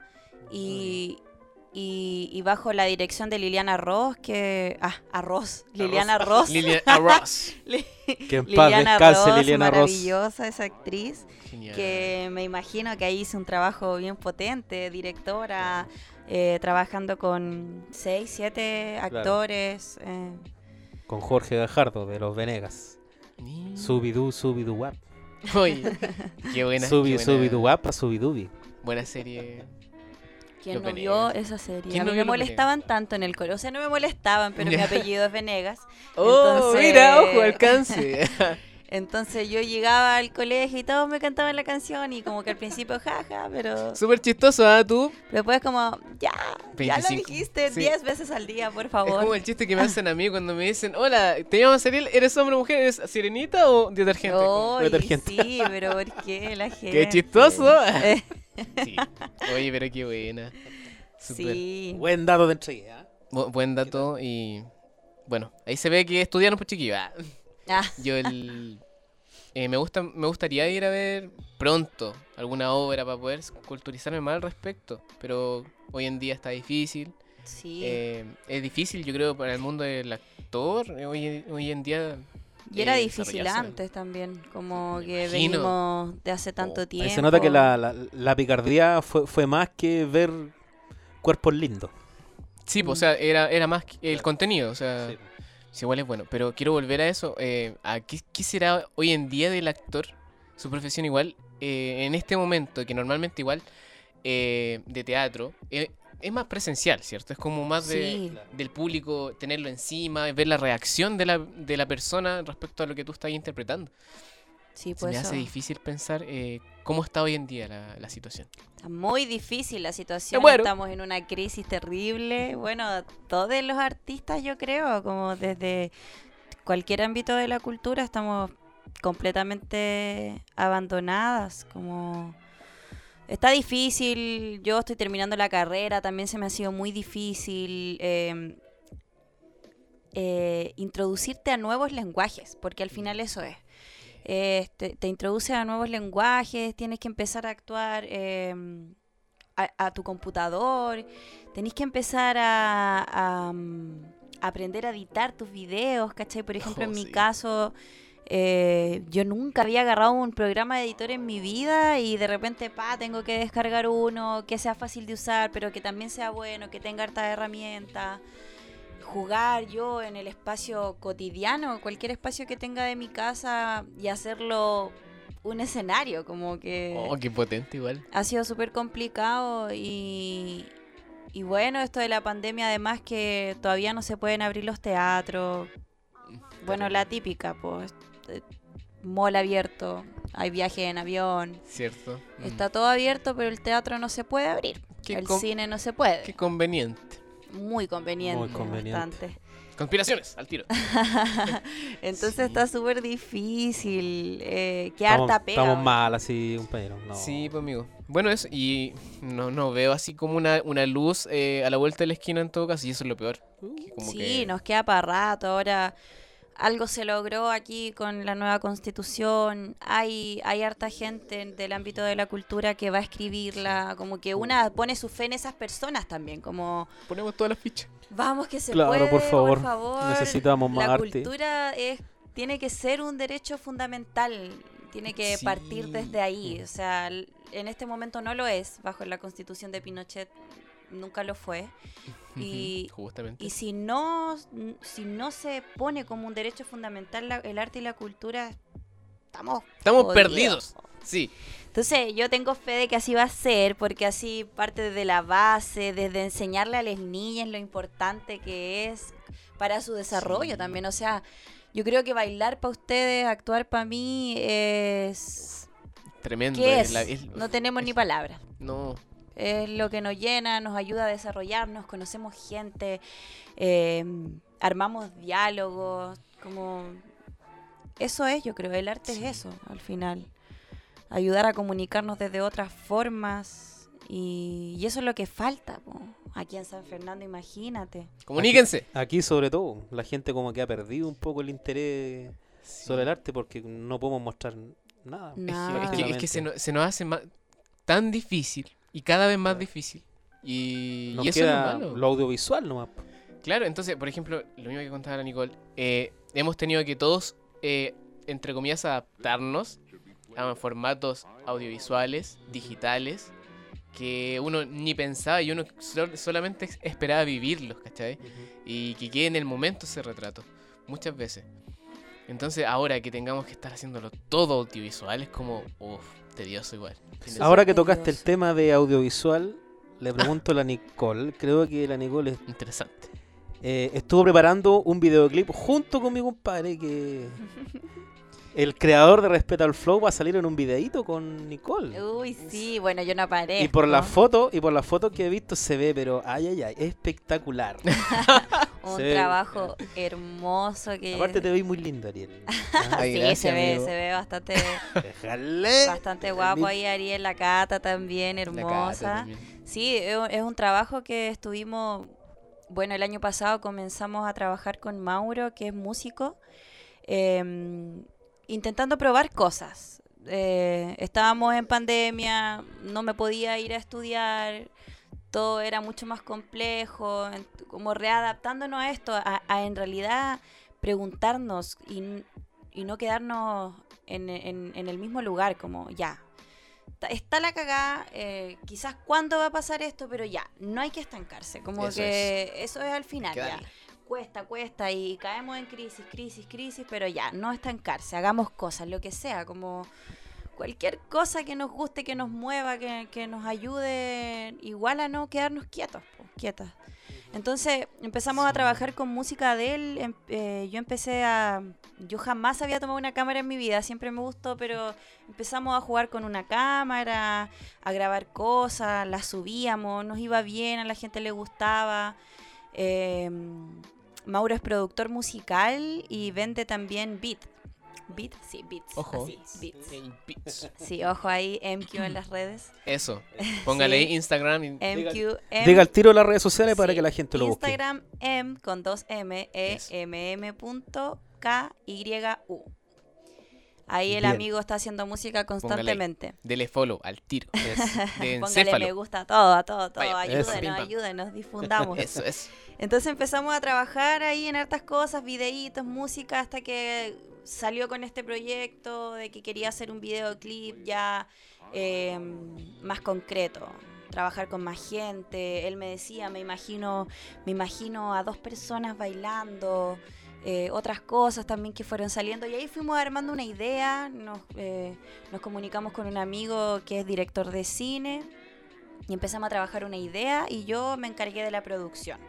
E: Y, y, y bajo la dirección de Liliana Ross, que... Ah, Arroz. Liliana Ross.
A: Lilian Ross.
E: Li-
B: Que en paz
E: Liliana
B: descanse
E: Ross,
B: Liliana Ross.
E: maravillosa esa actriz.
A: Genial.
E: Que me imagino que ahí hizo un trabajo bien potente, directora, eh, trabajando con seis, siete actores. eh.
B: Con Jorge Gajardo de Los Venegas.
A: Ni-
B: Subidú, subidú, wap.
A: Oye, qué buena,
B: Subi,
A: qué buena,
B: subidú, wapa, subidubi.
A: buena serie.
E: ¿Quién
A: Los
E: no vio
A: Venegas.
E: esa serie?
A: ¿Quién
E: A
A: no
E: mí
A: vio
E: me
A: Los
E: molestaban tanto en el colegio. O sea, no me molestaban, pero mi
A: Ya.
E: apellido es Venegas.
A: Oh,
E: Entonces-
A: mira, ojo, alcance.
E: Entonces yo llegaba al colegio y todos me cantaban la canción y como que al principio jaja, pero
A: Súper chistoso, ¿ah? Tú.
E: después como, ya, ya lo
A: veinticinco,
E: dijiste
A: sí.
E: diez veces al día, por
A: Es
E: favor.
A: como el chiste que me hacen a mí cuando me dicen, hola, ¿te llamas Ariel? ¿Eres hombre o mujer? ¿Eres sirenita o detergente? Como,
E: Ay,
B: detergente.
E: sí, pero ¿por qué la gente?
A: ¡Qué chistoso!
E: Eh,
A: Sí. Oye, pero qué buena. Súper.
E: sí.
B: Buen dato de entrega. ¿eh?
A: Bu- buen dato y... Bueno, ahí se ve que estudiaron por chiquillo. Ah.
E: Ah,
A: Yo el... eh, me, gusta, me gustaría ir a ver pronto alguna obra para poder culturizarme más al respecto. Pero hoy en día está difícil.
E: sí.
A: Eh, es difícil, yo creo, para el mundo del actor. eh, Hoy, hoy en día...
E: Y era
A: eh,
E: difícil
A: desarrollarse.
E: antes también, como que
A: imagino.
E: venimos de hace tanto
A: Oh, ahí
E: tiempo.
B: Ahí se nota que la, la, la picardía fue, fue más que ver cuerpos lindos.
A: Sí, pues, o
E: Mm.
A: sea, era, era más que el
B: Claro.
A: contenido, o sea, sí, igual es bueno. Pero quiero volver a eso. Eh, a qué, qué será hoy en día del actor? Su profesión igual, eh, en este momento, que normalmente igual eh, de teatro, eh, es más presencial, ¿cierto? Es como más de,
E: Sí.
A: del público, tenerlo encima, ver la reacción de la, de la persona respecto a lo que tú estás interpretando.
E: Sí,
A: Se
E: pues
A: me
E: eso.
A: hace difícil pensar eh, cómo está hoy en día la, la situación.
E: Está muy difícil la situación,
A: muero.
E: estamos en una crisis terrible. Bueno, todos los artistas yo creo, como desde cualquier ámbito de la cultura, estamos completamente abandonadas, como... Está difícil, yo estoy terminando la carrera, también se me ha sido muy difícil eh, eh, introducirte a nuevos lenguajes, porque al final eso es. Eh, te, te introduces a nuevos lenguajes, tienes que empezar a actuar eh, a, a tu computador, tenés que empezar a, a, um, aprender a editar tus videos, ¿cachai? Por ejemplo,
A: Oh,
E: en mi
A: sí.
E: caso, eh, yo nunca había agarrado un programa de editor en mi vida y de repente, pa, tengo que descargar uno que sea fácil de usar, pero que también sea bueno, que tenga harta herramientas. Jugar yo en el espacio cotidiano, cualquier espacio que tenga de mi casa y hacerlo un escenario, como que
A: Oh, qué potente igual.
E: ha sido súper complicado y, y bueno, esto de la pandemia además que todavía no se pueden abrir los teatros, bueno, la típica, pues, eh, mall abierto, hay viaje en avión,
A: ¿Cierto? Mm.
E: está todo abierto pero el teatro no se puede abrir,
A: Qué
E: el
A: con-
E: cine no se puede,
A: Qué conveniente.
E: muy conveniente,
B: Muy conveniente.
E: bastante.
A: Conspiraciones, al tiro.
E: Entonces
A: Sí.
E: está súper difícil. Eh, qué
B: Estamos,
E: harta pega.
B: estamos
E: weón.
B: mal así, compañero. No.
A: Sí, pues amigo. Bueno, eso, y no, no veo así como una, una luz eh, a la vuelta de la esquina en todo caso, y eso es lo peor. que como
E: Sí,
A: que-
E: nos queda para rato. Ahora algo se logró aquí con la nueva constitución. Hay, hay harta gente del ámbito de la cultura que va a escribirla. Como que una pone su fe en esas personas también. Como,
A: Ponemos todas las fichas.
E: vamos que se
B: Claro,
E: puede,
B: por favor.
E: favor.
B: Necesitamos más
E: La
B: arte.
E: cultura es, tiene que ser un derecho fundamental. Tiene que
A: Sí.
E: partir desde ahí. O sea, l- en este momento no lo es. Bajo la constitución de Pinochet nunca lo fue. Y,
A: Ujú, justamente.
E: y si no, si no se pone como un derecho fundamental la- el arte y la cultura, estamos
A: Estamos
E: jodidos.
A: perdidos. Sí.
E: Entonces yo tengo fe de que así va a ser, porque así parte desde la base, desde enseñarle a las niñas lo importante que es para su desarrollo
A: Sí.
E: también. O sea, yo creo que bailar para ustedes, actuar para mí es...
A: Tremendo.
E: ¿Qué
A: eh,
E: es?
A: la- es-
E: No tenemos ni palabras.
A: No.
E: Es lo que nos llena, nos ayuda a desarrollarnos, conocemos gente, eh, armamos diálogos, como... Eso es, yo creo, el arte
A: Sí.
E: es eso, al final. Ayudar a comunicarnos desde otras formas y, y eso es lo que falta, po. Aquí en San Fernando, imagínate.
A: Comuníquense.
B: Aquí sobre todo, la gente como que ha perdido un poco el interés sobre el arte porque no podemos mostrar nada.
A: Es
E: Nada.
A: que, es que- es que se,
B: prácticamente.
A: nos, se nos hace ma- tan difícil y cada vez más difícil. Y,
B: Nos
A: y eso es
B: queda
A: lo malo.
B: lo audiovisual nomás.
A: Claro, entonces, por ejemplo, lo mismo que contaba la Nicole, eh, hemos tenido que todos, eh, entre comillas, adaptarnos a formatos audiovisuales, digitales, que uno ni pensaba y uno sol- solamente ex- esperaba vivirlos, ¿cachai? Y que quede en el momento ese retrato, muchas veces. Entonces, ahora que tengamos que estar haciéndolo todo audiovisual, es como, uff, tedioso igual. Tiene-
B: Ahora que
E: Tedioso.
B: tocaste el tema de audiovisual, le pregunto a la Nicole, creo que la Nicole es-
A: Interesante.
B: eh, estuvo preparando un videoclip junto con mi compadre que el creador de Respeta al Flow va a salir en un videíto con Nicole.
E: Uy, sí, bueno, yo no aparezco.
B: Y por las fotos, y por las fotos que he visto se ve, pero ay ay ay, espectacular.
E: Un
B: Sí.
E: trabajo hermoso que...
B: Aparte te veis muy lindo, Ariel. Ah,
A: Ay,
E: sí,
A: gracias,
E: se ve,
A: amigo.
E: se ve bastante,
B: déjale.
E: bastante guapo ahí Ariel, la Cata también,
A: La Cata
E: hermosa.
A: también.
E: Sí, es un- es un trabajo que estuvimos, bueno, el año pasado comenzamos a trabajar con Mauro, que es músico, eh, intentando probar cosas. Eh, estábamos en pandemia, no me podía ir a estudiar, todo era mucho más complejo, en- como readaptándonos a esto, a, a en realidad preguntarnos y, n- y no quedarnos en, en- en el mismo lugar, como ya, ta- está la cagada, eh, quizás cuándo va a pasar esto, pero ya, no hay que estancarse, como
A: Eso
E: que eso es al final,
A: Que
E: ya.
A: darle.
E: Cuesta, cuesta y caemos en crisis, crisis, crisis, pero ya, no estancarse, hagamos cosas, lo que sea, como cualquier cosa que nos guste, que nos mueva, que, que nos ayude, igual a no quedarnos quietos, po, quietas. Entonces empezamos a trabajar con música de él. em- eh, yo empecé a... Yo jamás había tomado una cámara en mi vida, siempre me gustó, pero empezamos a jugar con una cámara, a grabar cosas, las subíamos, nos iba bien, a la gente le gustaba. Eh, Mauro es productor musical y vende también beat. ¿Beat? Sí, beats.
A: Ojo.
E: Así, beats.
A: Ey, beats.
E: Sí, ojo ahí, M Q en las redes.
A: Eso. Póngale
E: Sí.
A: ahí Instagram. Y...
E: M Q, M,
B: Diga al tiro las redes sociales para
E: sí,
B: que la gente lo busque.
E: Instagram M con dos M, E
A: Eso.
E: M M punto K Y U. Ahí el
B: Bien.
E: amigo está haciendo música constantemente.
A: Dele follow al tiro. De
E: Póngale
A: encéfalo.
E: me gusta a todo, a todo, todo.
A: Vaya,
B: eso.
E: Ayúdenos,
A: Pim, pam.
E: ayúdenos, difundamos.
A: Eso, eso.
E: Entonces empezamos a trabajar ahí en hartas cosas, videitos, música, hasta que salió con este proyecto de que quería hacer un videoclip ya eh, más concreto, trabajar con más gente. Él me decía, me imagino, me imagino a dos personas bailando, eh, otras cosas también que fueron saliendo, y ahí fuimos armando una idea. Nos, eh, nos comunicamos con un amigo que es director de cine y empezamos a trabajar una idea y yo me encargué de la producción.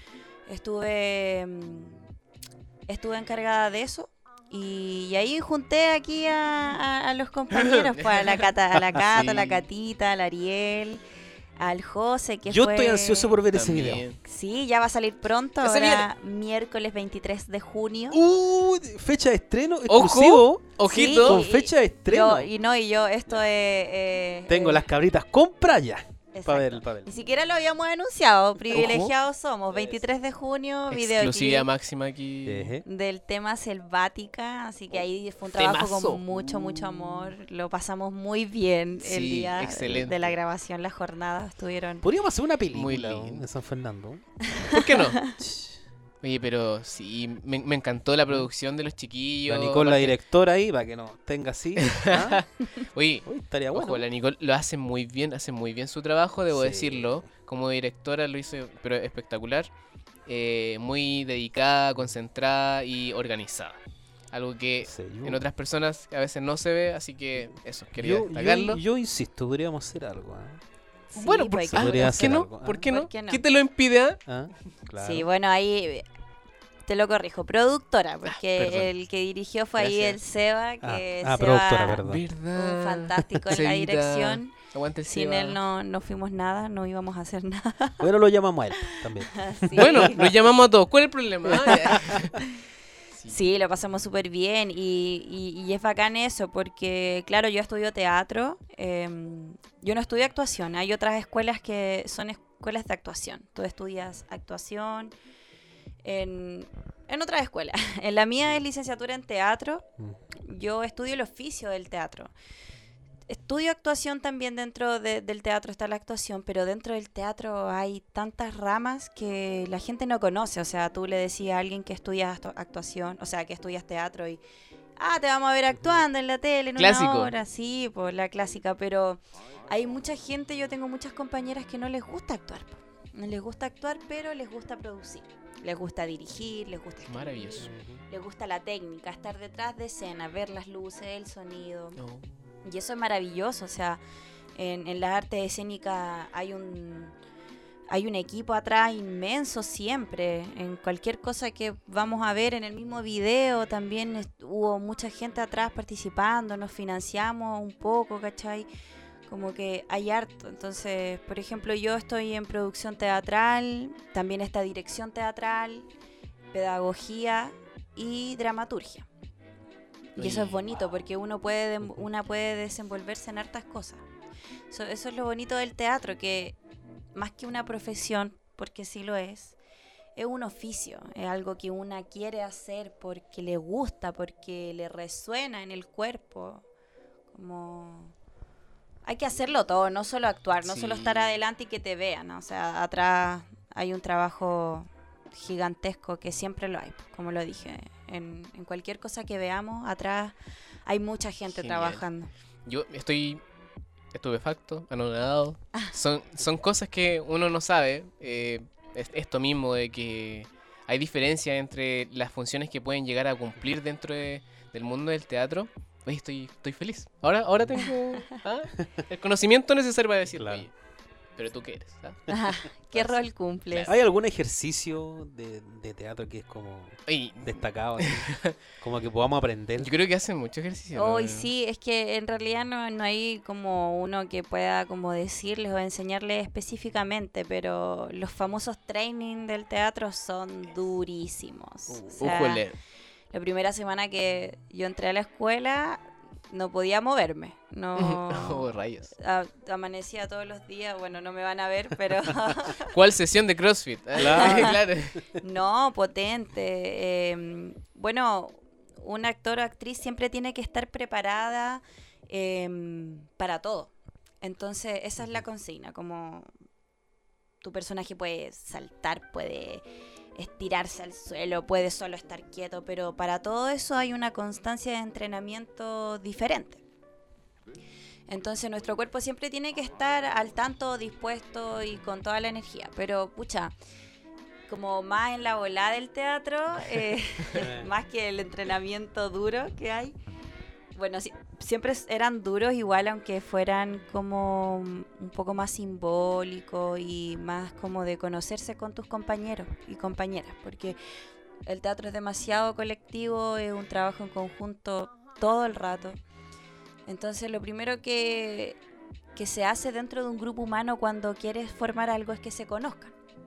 E: Estuve, mm, estuve encargada de eso. Y, y ahí junté aquí a, a- a los compañeros, pues, a la Cata, a la Cata, a la
A: Sí.
E: Catita, al Ariel, al José, que
B: Yo
E: fue...
B: estoy ansioso por ver ese video.
A: También.
E: Sí, ya va a salir pronto,
A: Ya se
E: ahora miércoles veintitrés de junio.
B: Uh, fecha de estreno
A: Ojo.
B: exclusivo.
A: Ojito.
B: Con
E: y-
B: fecha de estreno.
E: Yo, y no, y yo, esto es... eh,
B: Tengo
E: eh,
B: las cabritas compra ya.
E: exacto.
B: Para ver, para ver.
E: Ni siquiera lo habíamos anunciado, privilegiados somos. veintitrés de junio,
A: Exclusividad
E: videoclip
A: máxima aquí.
B: Ejé.
E: del tema Selvática, así que ahí fue un trabajo
A: Temazo.
E: con mucho, mucho amor. Lo pasamos muy bien el
A: Sí,
E: día
A: excelente.
E: de la grabación, las jornadas estuvieron...
B: Podríamos hacer una película
A: Muy
B: ¿no?
A: lindo.
B: en San Fernando.
A: ¿Por qué no? Oye, pero sí, me, me encantó la producción de los chiquillos.
B: La Nicole, la
A: aparte-
B: directora ahí, para que no tenga así. ¿ah?
A: Oye,
B: Uy, estaría bueno.
A: ojo, la Nicole lo hace muy bien, hace muy bien su trabajo, debo
B: Sí.
A: decirlo. Como directora lo hizo, pero espectacular. Eh, muy dedicada, concentrada y organizada. Algo que
B: Sí, yo-
A: en otras personas a veces no se ve, así que eso, quería
B: yo,
A: destacarlo.
B: yo, yo insisto, podríamos hacer algo. ¿ah?
E: Sí,
A: bueno, ¿por,
E: pues,
A: ah,
B: podría
A: ¿por
B: hacer
A: qué no?
B: algo, ¿ah?
A: ¿Por qué no?
E: ¿Por qué no?
A: ¿Qué te lo impide? ah?
B: ¿Ah? Claro.
E: Sí, bueno, ahí eh, te lo corrijo, productora, porque
A: perdón.
E: el que dirigió fue ahí el
A: Gracias.
E: Seba, que
B: Ah, ah,
E: Seba,
B: productora, perdón.
A: ¿Verdad?
E: un fantástico en la
A: Cevita.
E: dirección.
A: Aguante el
E: Sin
A: Seba.
E: él no, no fuimos nada, no íbamos a hacer nada.
B: Bueno, lo llamamos a él también.
E: Así.
A: Bueno, lo llamamos a todos. ¿Cuál es el problema? Ah, Sí.
E: Sí, lo pasamos súper bien y, y- y es bacán eso porque, claro, yo estudio teatro, em, yo no estudio actuación, hay otras escuelas que son escuelas de actuación. Tú estudias actuación en, en otras escuelas. En la mía es licenciatura en teatro,
B: Mm.
E: yo estudio el oficio del teatro. Estudio actuación también dentro de- del teatro está la actuación, pero dentro del teatro hay tantas ramas que la gente no conoce. O sea, tú le decías a alguien que estudias actu- actuación, o sea, que estudias teatro y, ah, te vamos a ver actuando en la tele en
A: Clásico.
E: una hora. Sí, pues la clásica, pero hay mucha gente, yo tengo muchas compañeras que no les gusta actuar. po. No les gusta actuar, pero les gusta producir. Les gusta dirigir, les gusta escribir,
A: Maravilloso.
E: les gusta la técnica, estar detrás de escena, ver las luces, el sonido.
A: No.
E: Y eso es maravilloso, o sea, en, en las artes escénicas hay un hay un equipo atrás inmenso siempre. En cualquier cosa que vamos a ver en el mismo video también est- hubo mucha gente atrás participando, nos financiamos un poco, ¿cachai? Como que hay harto. Entonces, por ejemplo, yo estoy en producción teatral, también está dirección teatral, pedagogía y dramaturgia. Y eso es bonito porque uno puede dem- una puede desenvolverse en hartas cosas. Eso, eso es lo bonito del teatro, que más que una profesión, porque sí lo es, es un oficio, es algo que una quiere hacer porque le gusta, porque le resuena en el cuerpo. Como hay que hacerlo todo, no solo actuar, no solo
A: Sí.
E: estar adelante y que te vean, ¿no? O sea, atrás hay un trabajo gigantesco que siempre lo hay, como lo dije. En, en cualquier cosa que veamos, atrás hay mucha gente
A: Genial.
E: trabajando.
A: Yo estoy estupefacto, anonadado. Son, son cosas que uno no sabe. eh, es- esto mismo de que hay diferencia entre las funciones que pueden llegar a cumplir dentro de- del mundo del teatro. Oye, estoy, estoy feliz. Ahora, ahora tengo ah, el conocimiento necesario para decirlo.
B: Claro.
A: Oye, Pero tú qué eres, ¿sabes?
E: Ajá, ¿qué rol cumples?
B: ¿Hay algún ejercicio de, de teatro que es como
A: Oye,
B: destacado? así? Como que podamos aprender.
A: yo creo que hacen mucho ejercicio.
E: Hoy
A: ¿no?
E: sí, es que en realidad no, no hay como uno que pueda como decirles o enseñarles específicamente, pero los famosos training del teatro son durísimos. O sea,
A: Ujole.
E: la primera semana que yo entré a la escuela no podía moverme, no
A: Oh, rayos.
E: a- amanecía todos los días, bueno, no me van a ver, pero
A: ¿Cuál sesión de CrossFit?
B: Claro.
A: claro.
E: no, potente. Eh, bueno, un actor o actriz siempre tiene que estar preparada eh, para todo. Entonces, esa es la consigna, como tu personaje puede saltar, puede estirarse al suelo, puede solo estar quieto, pero para todo eso hay una constancia de entrenamiento diferente. Entonces nuestro cuerpo siempre tiene que estar al tanto, dispuesto y con toda la energía. Pero, pucha, como más en la volada del teatro, eh, más que el entrenamiento duro que hay. Bueno, sí, siempre eran duros igual, aunque fueran como un poco más simbólicos y más como de conocerse con tus compañeros y compañeras, porque el teatro es demasiado colectivo, es un trabajo en conjunto todo el rato. Entonces lo primero que, que se hace dentro de un grupo humano cuando quieres formar algo es que se conozcan.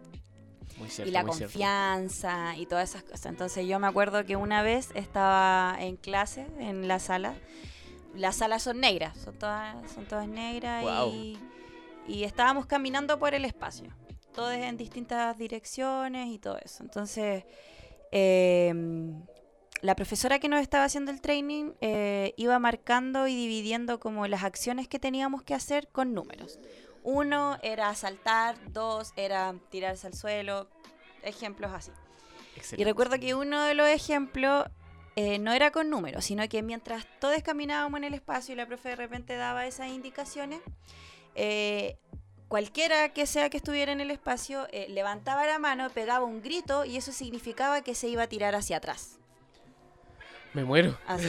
A: Muy cierto,
E: Y la
A: muy cierto.
E: confianza y todas esas cosas. Entonces yo me acuerdo que una vez estaba en clase, en la sala. Las salas son negras, son todas, son todas negras.
A: Guau.
E: y, y estábamos caminando por el espacio. Todos en distintas direcciones y todo eso. Entonces, eh, la profesora que nos estaba haciendo el training eh, iba marcando y dividiendo como las acciones que teníamos que hacer con números. Uno era saltar, dos era tirarse al suelo, ejemplos así. Y
A: Excelente.
E: recuerdo que uno de los ejemplos eh, no era con números, sino que mientras todos caminábamos en el espacio y la profe de repente daba esas indicaciones, eh, cualquiera que sea que estuviera en el espacio eh, levantaba la mano, pegaba un grito y eso significaba que se iba a tirar hacia atrás.
A: Me muero.
E: Así.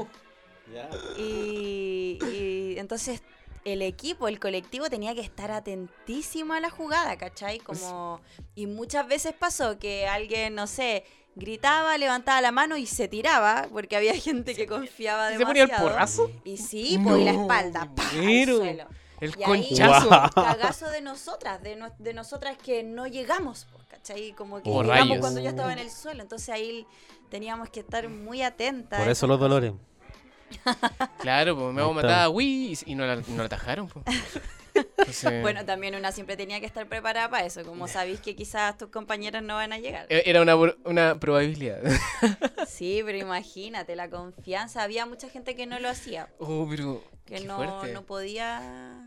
E: Y, y entonces el equipo, el colectivo tenía que estar atentísimo a la jugada, ¿cachai? Como, y muchas veces pasó que alguien, no sé, gritaba, levantaba la mano y se tiraba, porque había gente que confiaba
A: ¿Y se ponía
E: demasiado.
A: el porrazo?
E: Y sí, pues, y la
A: No,
E: espalda,
A: me
E: ¡pah! Al
A: muero.
E: suelo.
A: El
E: Y ahí,
A: conchazo.
B: Guau.
E: cagazo de nosotras, de, no- de nosotras que no llegamos, pues, ¿cachai? Como que
A: Oh,
E: llegamos
A: rayos.
E: cuando ya estaba en el suelo, entonces ahí teníamos que estar muy atentas.
B: Por eso los dolores.
A: Claro, pues me
B: Ahí
A: hago
B: está.
A: matar a Wii y no la, no la atajaron. Pues. Entonces,
E: Bueno, también una siempre tenía que estar preparada para eso, como sabéis que quizás tus compañeras no van a llegar.
A: e- era una, pro- una probabilidad.
E: Sí, pero imagínate, la confianza, había mucha gente que no lo hacía,
A: Oh, pero.
E: que
A: qué
E: no,
A: fuerte.
E: no podía...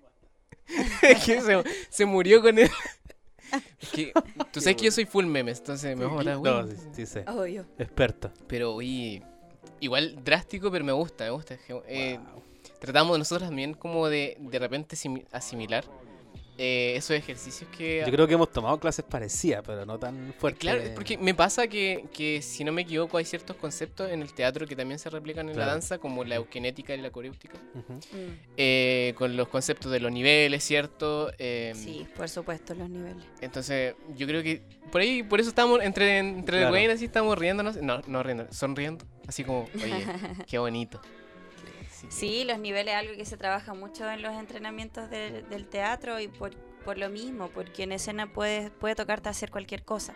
A: Es que se, se murió con él. Es que tú sabes que yo soy full memes, entonces me voy a matar a Wii.
B: No, sí, sí sé.
E: Obvio.
B: Experto.
A: Pero Wii, igual drástico, pero me gusta, me gusta. Eh, Tratamos nosotros también como de de repente simi- asimilar eh, esos ejercicios que...
B: Yo creo que hemos tomado clases parecidas, pero no tan fuertes.
A: Claro, porque me pasa que, que, si no me equivoco, hay ciertos conceptos en el teatro que también se replican en
B: Claro.
A: la danza, como la eugenética y la coreóptica,
B: Ujú.
E: Mm,
A: eh, con los conceptos de los niveles, ¿cierto? Eh,
E: sí, por supuesto, los niveles.
A: Entonces, yo creo que por ahí, por eso estamos entre, entre
B: Claro.
A: el güey, así estamos riéndonos. No, no riendo, sonriendo. Así como, oye, qué bonito. Así que-
E: Sí, los niveles es algo que se trabaja mucho en los entrenamientos de- del teatro y por, por lo mismo, porque en escena puede, puede tocarte hacer cualquier cosa.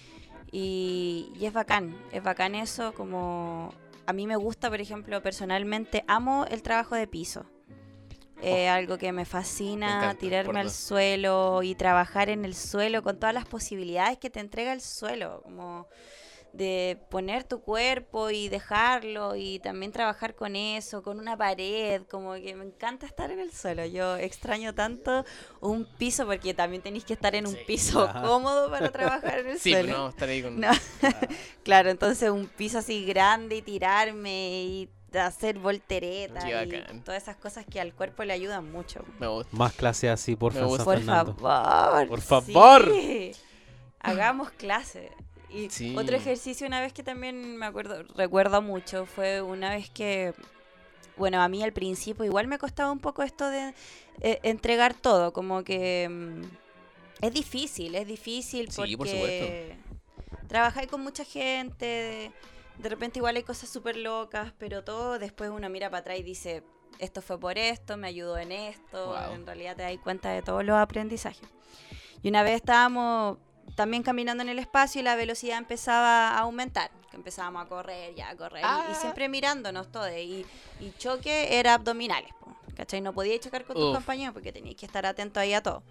E: Y, y es bacán, es bacán eso, como a mí me gusta, por ejemplo, personalmente, amo el trabajo de piso. Es algo que me fascina,
A: Me encanta,
E: tirarme
A: por
E: al
A: dos.
E: suelo y trabajar en el suelo con todas las posibilidades que te entrega el suelo, como de poner tu cuerpo y dejarlo y también trabajar con eso, con una pared, como que me encanta estar en el suelo. Yo extraño tanto un piso porque también tenéis que estar en un
A: Sí.
E: piso
B: Ajá.
E: cómodo para trabajar en el
A: Sí, pero
E: suelo.
A: no vamos a estar ahí con...
E: No. Claro, entonces un piso así grande y tirarme y hacer volteretas
A: Qué
E: y
A: bacán.
E: todas esas cosas que al cuerpo le ayudan mucho.
A: Me gusta.
B: Más clases así, por
A: Me
B: favor,
A: gusta.
E: Por
B: Fernando.
E: favor.
B: Por favor.
E: sí. Hagamos clase. Y
A: Sí.
E: otro ejercicio una vez que también me acuerdo, recuerdo mucho, fue una vez que bueno, a mí al principio igual me costaba un poco esto de eh, entregar todo, como que mm, es difícil, es difícil
A: Sí,
E: porque
A: por supuesto.
E: trabajáis con mucha gente, de, de repente igual hay cosas súper locas, pero todo después uno mira para atrás y dice, esto fue por esto, me ayudó en esto,
A: Wow.
E: en realidad te das cuenta de todos los aprendizajes. Y una vez estábamos también caminando en el espacio y la velocidad empezaba a aumentar, que empezábamos a correr, ya a correr,
A: Ah.
E: y, y siempre mirándonos todos, y, y choque era abdominales, po, ¿cachai? No podíais chocar con tus
A: Uf.
E: compañeros porque teníais que estar atento ahí a todo.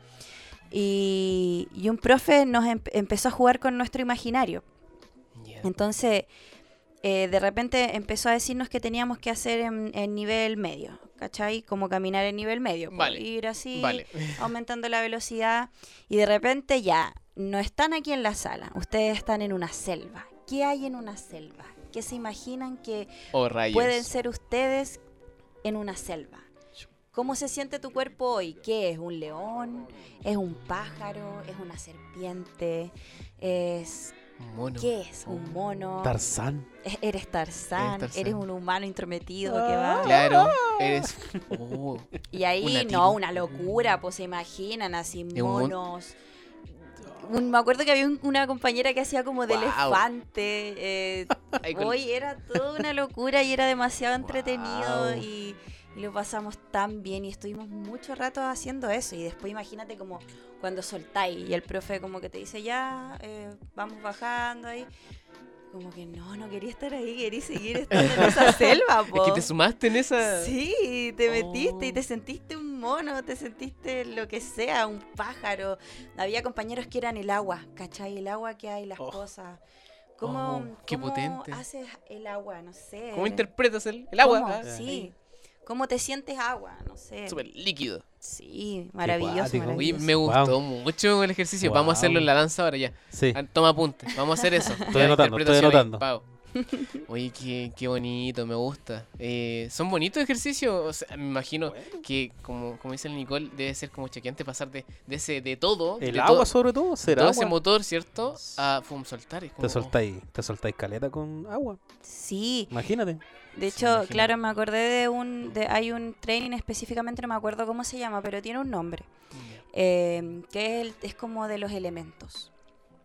E: Y, y un profe nos em- empezó a jugar con nuestro imaginario.
A: Ya.
E: Entonces, eh, de repente empezó a decirnos que teníamos que hacer en, en nivel medio, ¿cachai? Como caminar en nivel medio. po,
A: Vale,
E: Ir así,
A: Vale.
E: aumentando la velocidad. Y de repente ya, no están aquí en la sala, ustedes están en una selva. ¿Qué hay en una selva? ¿Qué se imaginan que
A: Oh, rayos.
E: pueden ser ustedes en una selva? ¿Cómo se siente tu cuerpo hoy? ¿Qué es? ¿Un león? ¿Es un pájaro? ¿Es una serpiente? ¿Es
A: Un mono.
E: qué es? ¿Un mono?
B: Tarzán.
E: E- ¿Eres Tarzán?
A: Eres Tarzán.
E: ¿Eres un humano intrometido que va?
A: Claro, eres... Oh,
E: Y ahí,
A: Una
E: no,
A: tribu.
E: una locura, pues se imaginan así
A: De un mon-
E: monos. Un- me acuerdo que había un- una compañera que hacía como de
A: Wow.
E: elefante. eh,
A: Ay, con-
E: Hoy era toda una locura y era demasiado entretenido
A: Wow.
E: y, y lo pasamos tan bien y estuvimos mucho rato haciendo eso. Y después imagínate como cuando soltáis y el profe como que te dice ya, eh, vamos bajando ahí. Como que no, no quería estar ahí, quería seguir estando en esa selva,
A: Es
E: po.
A: que te sumaste en esa...
E: Sí, te metiste y
A: Oh.
E: te sentiste un mono, te sentiste lo que sea, un pájaro. Había compañeros que eran el agua, ¿cachai? El agua que hay, las
B: Oh.
E: cosas. ¿Cómo,
A: Oh, qué
E: cómo
A: potente.
E: haces el agua? No sé.
A: ¿Cómo interpretas el, el agua?
E: ¿Cómo?
A: Ah,
E: Sí. ¿Cómo te sientes agua? No sé.
A: Súper líquido.
E: Sí, maravilloso,
B: cuático.
A: Oye,
E: maravilloso.
A: me
B: Wow.
A: gustó mucho el ejercicio. Vamos a hacerlo en la danza ahora ya.
B: Sí.
A: Ah, Toma apunte, vamos a hacer eso.
B: Estoy
A: Ya,
B: anotando, estoy
A: interpretación ahí,
B: anotando.
A: pao. Oye, qué, qué bonito, me gusta. Eh, ¿Son bonitos ejercicios? O sea, me imagino que, como, como dice el Nicole, debe ser como chequeante pasar de, de ese de todo,
B: El
A: de
B: agua
A: todo,
B: sobre todo, será
A: todo
B: agua.
A: ese motor, ¿cierto? A fum, soltar. Es como,
B: Te soltáis, te soltáis caleta con agua.
E: Sí,
B: Imagínate.
E: de
A: Sí,
E: hecho,
A: imagino.
E: claro, me acordé de un, de, hay un training específicamente, no me acuerdo cómo se llama, pero tiene un nombre, eh, que es, el- es como de los elementos.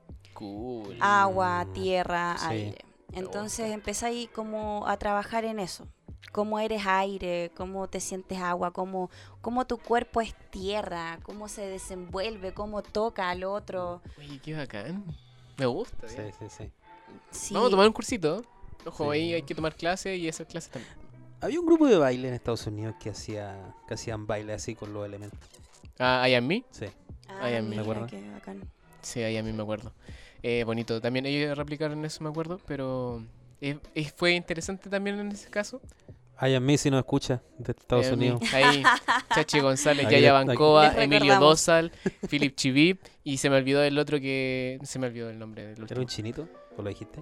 A: Cool.
E: Agua,
B: Mm,
E: tierra,
B: sí.
E: aire. Entonces empezáis como a trabajar en eso. Cómo eres aire, cómo te sientes agua, cómo, cómo tu cuerpo es tierra, cómo se desenvuelve, cómo toca al otro.
A: Oye, qué bacán. Me gusta.
B: Sí,
A: bien.
B: sí, sí.
E: Sí.
A: Vamos a tomar un cursito. Ojo,
B: Sí.
A: ahí hay que tomar clases y hacer clases también.
B: Había un grupo de baile en Estados Unidos que hacía que hacían baile así con los elementos.
A: Ah, ¿I am me?
B: Sí.
E: Ah,
A: Ay, a mí.
E: mira,
B: ¿Me acuerdo?
E: qué bacán.
A: Sí, ahí a mí me acuerdo. Eh, bonito. También ellos replicaron eso, me acuerdo, pero eh, eh, fue interesante también en ese caso.
B: Ay, a mí si no escucha de Estados
A: Eh,
B: Unidos.
A: Ahí, Chachi González,
B: Aquí
A: Yaya
B: le- aquí-
A: Bancova,
E: Les
A: Emilio
E: recordamos.
A: Dosal, Philip Chivip, y se me olvidó el otro que... Se me olvidó el nombre del
B: ¿Era
A: último.
B: un chinito? ¿O lo dijiste?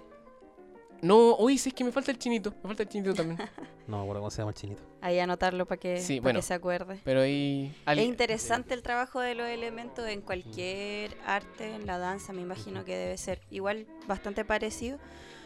A: No, uy, sí, es que me falta el chinito. Me falta el chinito también.
B: No me acuerdo cómo se llama el chinito.
E: Ahí anotarlo para que,
A: Sí,
E: pa'
A: bueno.
E: que se acuerde.
A: Pero ahí...
E: Es
A: alguien-
E: interesante el trabajo de los elementos en cualquier arte, en la danza, me imagino que debe ser igual bastante parecido,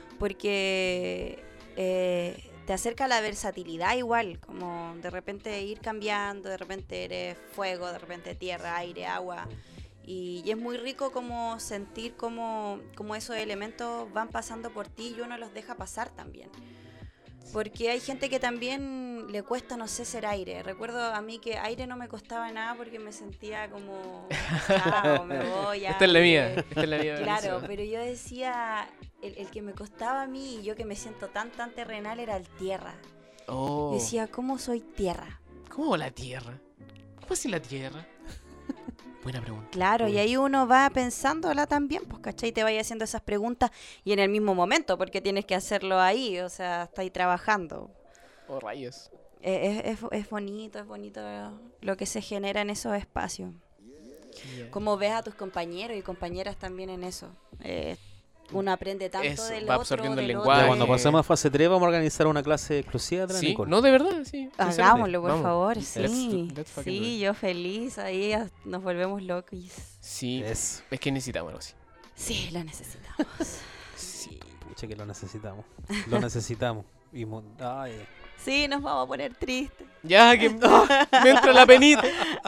E: porque eh, te acerca a la versatilidad igual, como de repente ir cambiando, de repente eres fuego, de repente tierra, aire, agua, y, y es muy rico como sentir como, como esos elementos van pasando por ti y uno los deja pasar también. Porque hay gente que también le cuesta, no sé, ser aire. Recuerdo a mí que aire no me costaba nada porque me sentía como, chao, me voy.
A: Esta es la mía.
E: aire".
A: Esta es la mía.
E: Claro,
A: Vanessa.
E: pero yo decía, el, el que me costaba a mí y yo que me siento tan, tan terrenal era el tierra.
A: Oh,
E: Yo decía, ¿cómo soy tierra?
A: ¿cómo va la Tierra? ¿Cómo es la Tierra? Buena pregunta.
E: Claro, y ahí uno va pensándola también, pues, ¿cachai? Te vaya haciendo esas preguntas y en el mismo momento, porque tienes que hacerlo ahí, o sea, está ahí trabajando.
A: Oh, rayos.
E: Eh, Es, es, es bonito, es bonito lo que se genera en esos espacios.
A: Ya.
E: Cómo ves a tus compañeros y compañeras también en eso. Eh, uno aprende tanto
A: Eso,
E: del
A: va
E: otro,
A: absorbiendo el
E: del
A: lenguaje.
B: Ya,
E: otro.
B: cuando pasemos a fase tres vamos a organizar una clase exclusiva de la
A: Sí,
B: Nicole.
A: no, de verdad, sí. sinceramente.
E: Hagámoslo, por
A: Vamos.
E: favor,
A: Let's
E: sí.
A: do- let's fucking do
E: Sí,
A: it.
E: yo feliz, ahí a- nos volvemos locos.
A: Sí,
B: Es.
A: es que necesitamos algo así.
E: Sí, lo necesitamos.
A: Sí.
B: Pucha que lo necesitamos. Lo necesitamos. Y mo- ay,
E: Sí, nos vamos a poner tristes.
A: Ya, que ¡ah! Me entra la penita.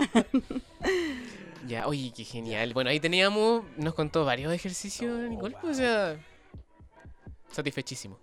A: Ya, oye, qué genial. Bueno, ahí teníamos, nos contó varios ejercicios, Nicole. O sea, satisfechísimo.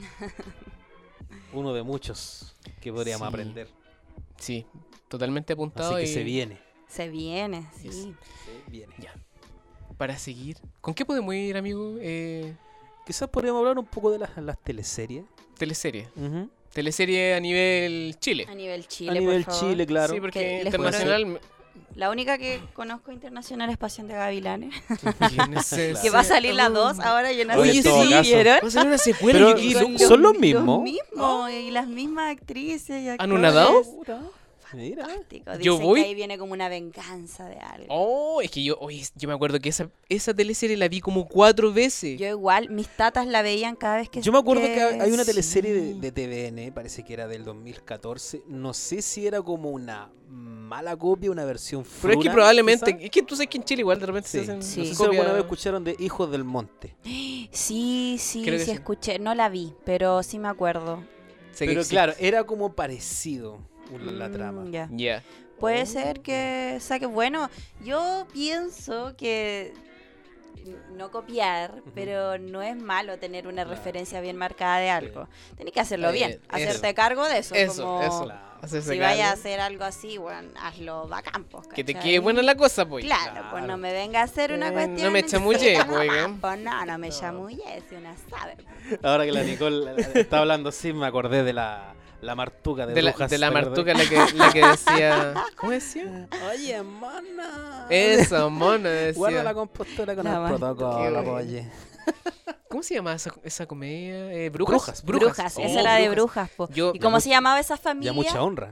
B: Uno de muchos que podríamos
A: Sí.
B: aprender.
A: Sí, totalmente apuntado.
B: Así que
A: y
B: se viene.
E: Se viene, sí.
A: Yes.
B: Se viene.
A: Ya. Para seguir, ¿con qué podemos ir, amigo? Eh,
B: Quizás podríamos hablar un poco de las, las teleseries.
A: teleserie.
B: Ujú.
A: Teleserie a nivel Chile.
E: A nivel Chile,
B: A nivel
E: por favor.
B: Chile, claro.
A: Sí, porque
E: Que les
A: internacional.
E: La única que conozco internacional es Pasión de Gavilanes.
A: ¿Quién es ese?
E: Que va a salir las dos ahora. Yo no
B: Oye,
E: sé
B: en
E: si
B: todo caso.
E: vieron.
A: Va a salir una secuela.
B: Pero
A: yo quiero-
B: son- son los mismos.
E: Los mismos, y las mismas actrices y
A: ¿Han unadado?
E: actores.
B: Mira.
E: Fantástico.
A: Yo
E: Dicen
A: voy-
E: que ahí viene como una venganza de algo.
A: Oh, es que yo, oye, yo me acuerdo que esa, esa teleserie la vi como cuatro veces.
E: Yo igual, mis tatas la veían cada vez que...
B: Yo me acuerdo que hay una
E: sí.
B: teleserie de, de T V N, parece que era del dos mil catorce. No sé si era como una mala copia, una versión
A: Pero es que
B: fruna,
A: probablemente,
B: quizá.
A: es que tú sabes que en Chile igual de repente se
B: Sí.
A: hacen
E: Sí.
B: No sé si
A: copias.
B: alguna vez escucharon de Hijos del Monte.
E: Sí, sí,
A: Creo que
E: sí
A: sí.
E: escuché. No la vi, pero sí me acuerdo.
A: Sé que
B: Pero
A: existe.
B: claro, era como parecido la, la
E: Mm,
B: trama.
E: ya.
A: Ya.
E: Puede
B: Oh.
E: ser que saque. Bueno, yo pienso que no copiar,
B: Ujú.
E: pero no es malo tener una
B: Claro.
E: referencia bien marcada de algo. Tienes que hacerlo
A: Eh,
E: bien,
A: eso.
E: hacerte cargo de eso.
A: Eso,
E: como
A: eso.
B: Claro.
A: Hacerse
E: si vayas a
A: cargo.
E: hacer algo así, bueno, hazlo bacán, pues,
A: Que te
E: ¿cachai?
A: quede buena la cosa, pues.
E: Claro,
B: Claro.
E: pues no me venga a hacer una
A: Eh,
E: cuestión.
A: no me chamulle,
E: así,
A: pues,
E: nomás,
A: ¿eh?
E: pues no, no me chamulle, si una sabe.
B: Ahora que la Nicole está hablando así, me acordé de la, la martuca de,
A: De la,
B: brujas.
A: de la
B: ¿te acordás?
A: martuca la que, la que decía. ¿Cómo decía?
B: Oye, mona.
A: Eso, mono,
B: Guarda la
A: decía.
B: compostura con
E: La
B: el
E: martuca.
B: protocolo,
A: Qué
B: oye.
A: ¿Cómo se llama esa, esa comedia? Eh, ¿Brujas?
B: Brujas.
E: Brujas,
B: Oh,
E: esa era de
B: brujas.
E: brujas, po.
A: Yo-
E: ¿Y cómo
B: Ya
E: se llamaba esa familia?
B: Ya mucha honra.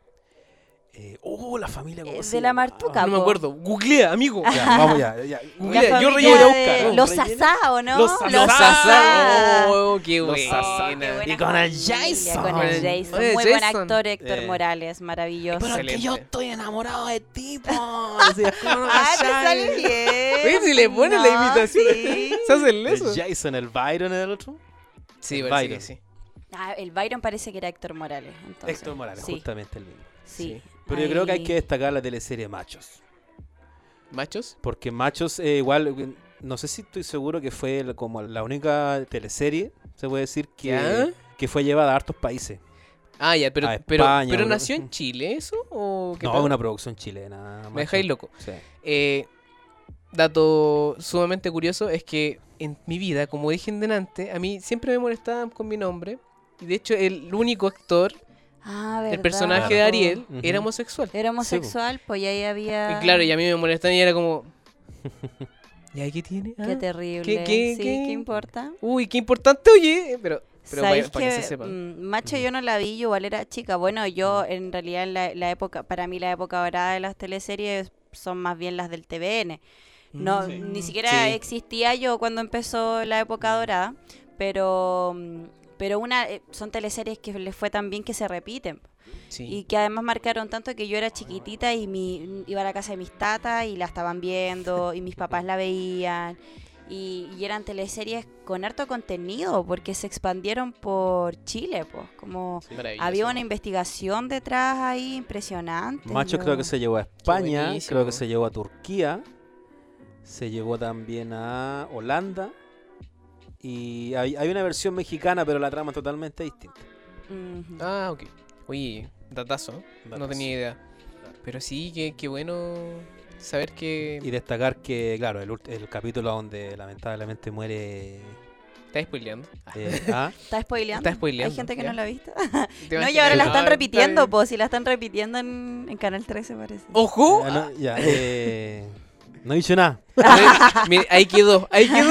B: Eh, oh, la familia. ¿cómo
E: Eh,
B: se
E: de la
B: llama?
E: martuca.
A: No me
E: po.
A: acuerdo. Googlea, amigo.
B: Ya, vamos ya. ya.
A: Googlea,
E: La
A: yo
E: familia
A: relleno.
E: de
B: buscar.
E: Los
B: ¿Relleno?
E: Sasá, ¿o no?
B: Los Sasá.
A: Los Sasá. Oh, qué
B: Los
A: buena.
B: Sasá.
E: qué buena
B: Y con el
E: familia,
B: Jason.
E: Con el Jason.
A: Oye,
E: Muy buen
A: Jason.
E: actor, Héctor
B: Eh.
E: Morales. Maravilloso.
B: Pero es que
A: Excelente.
B: yo estoy enamorado de tipo. Así es.
E: Ah, te sale bien.
A: Oye, si le pone la
E: No,
A: imitación.
E: sí.
A: ¿Se hace el
B: El
A: eso?
B: Jason, el Byron, el otro.
A: Sí,
B: el
A: parece
B: Byron.
A: que sí.
E: Ah, el Byron parece que era Héctor Morales. Entonces.
B: Héctor Morales,
E: Sí,
B: justamente el mismo.
E: sí.
B: Pero yo creo que hay
E: Ahí-
B: que destacar la teleserie Machos.
A: ¿Machos?
B: Porque Machos, eh, igual, eh, no sé si estoy seguro que fue el- como la única teleserie, se puede decir, que,
A: ¿Ya?
B: que fue llevada a hartos países.
A: Ah, ya, pero,
B: A
A: pero,
B: España,
A: pero
B: Europa.
A: nació en Chile eso o qué
B: No,
A: tal?
B: es una producción chilena.
A: Me
B: Machos.
A: dejáis loco.
B: Sí.
A: Eh, dato sumamente curioso es que en mi vida, como dije en delante, a mí siempre me molestaban con mi nombre. Y de hecho, el único actor,
E: Ah,
A: el
E: ¿verdad,
A: personaje de
E: po?
A: Ariel,
B: Ujú.
A: era homosexual.
E: Era homosexual, pues ya ahí había.
A: Y claro, y a mí me molestaban y era como... ¿Y ahí qué tiene?
E: Qué
A: Ah,
E: terrible.
A: ¿Qué- qué-
E: sí,
A: qué?
E: ¿qué importa?
A: Uy, qué importante, oye. Pero, pero para,
E: ¿Sabéis
A: para que
E: que,
A: se sepa.
E: mm, Macho yo no la vi, yo igual era chica. Bueno, yo en realidad en la, la época, para mí la época dorada de las teleseries son más bien las del T V N. No,
A: Mm.
E: ni siquiera
A: Sí.
E: existía yo cuando empezó la época dorada, pero mm, pero una eh, son teleseries que les fue tan bien que se repiten
A: Sí.
E: y que además marcaron tanto que yo era chiquitita y mi, iba a la casa de mis tatas y la estaban viendo y mis papás la veían y, y eran teleseries con harto contenido porque se expandieron por Chile, pues como
A: Maravilloso.
E: había una investigación detrás ahí impresionante.
B: Machos
E: yo-
B: creo que se llevó a España,
A: buenísimo.
B: creo que se llevó a Turquía, se llevó también a Holanda. Y hay, hay una versión mexicana, pero la trama es totalmente distinta.
E: Ujú.
A: Ah, ok. Oye, datazo. ¿eh? No
B: Datazo.
A: tenía idea. Pero sí, qué, qué bueno saber que...
B: Y destacar que, claro, el, ult- el capítulo donde lamentablemente muere...
A: ¿Estás spoileando?
B: eh, ¿ah?
E: ¿Está spoileando?
A: Está spoileando,
E: Hay gente que
A: ya.
E: no la ha visto.
A: ¿Te
E: No,
A: imaginas?
E: y ahora la
B: Ah,
E: están
A: está
E: repitiendo,
A: bien.
E: pues, si la están repitiendo en, en Canal trece, parece.
A: ¡Ojo!
B: Ah, no, ya, eh, no he dicho nada.
A: Ah, mire, ahí quedó, ahí quedó.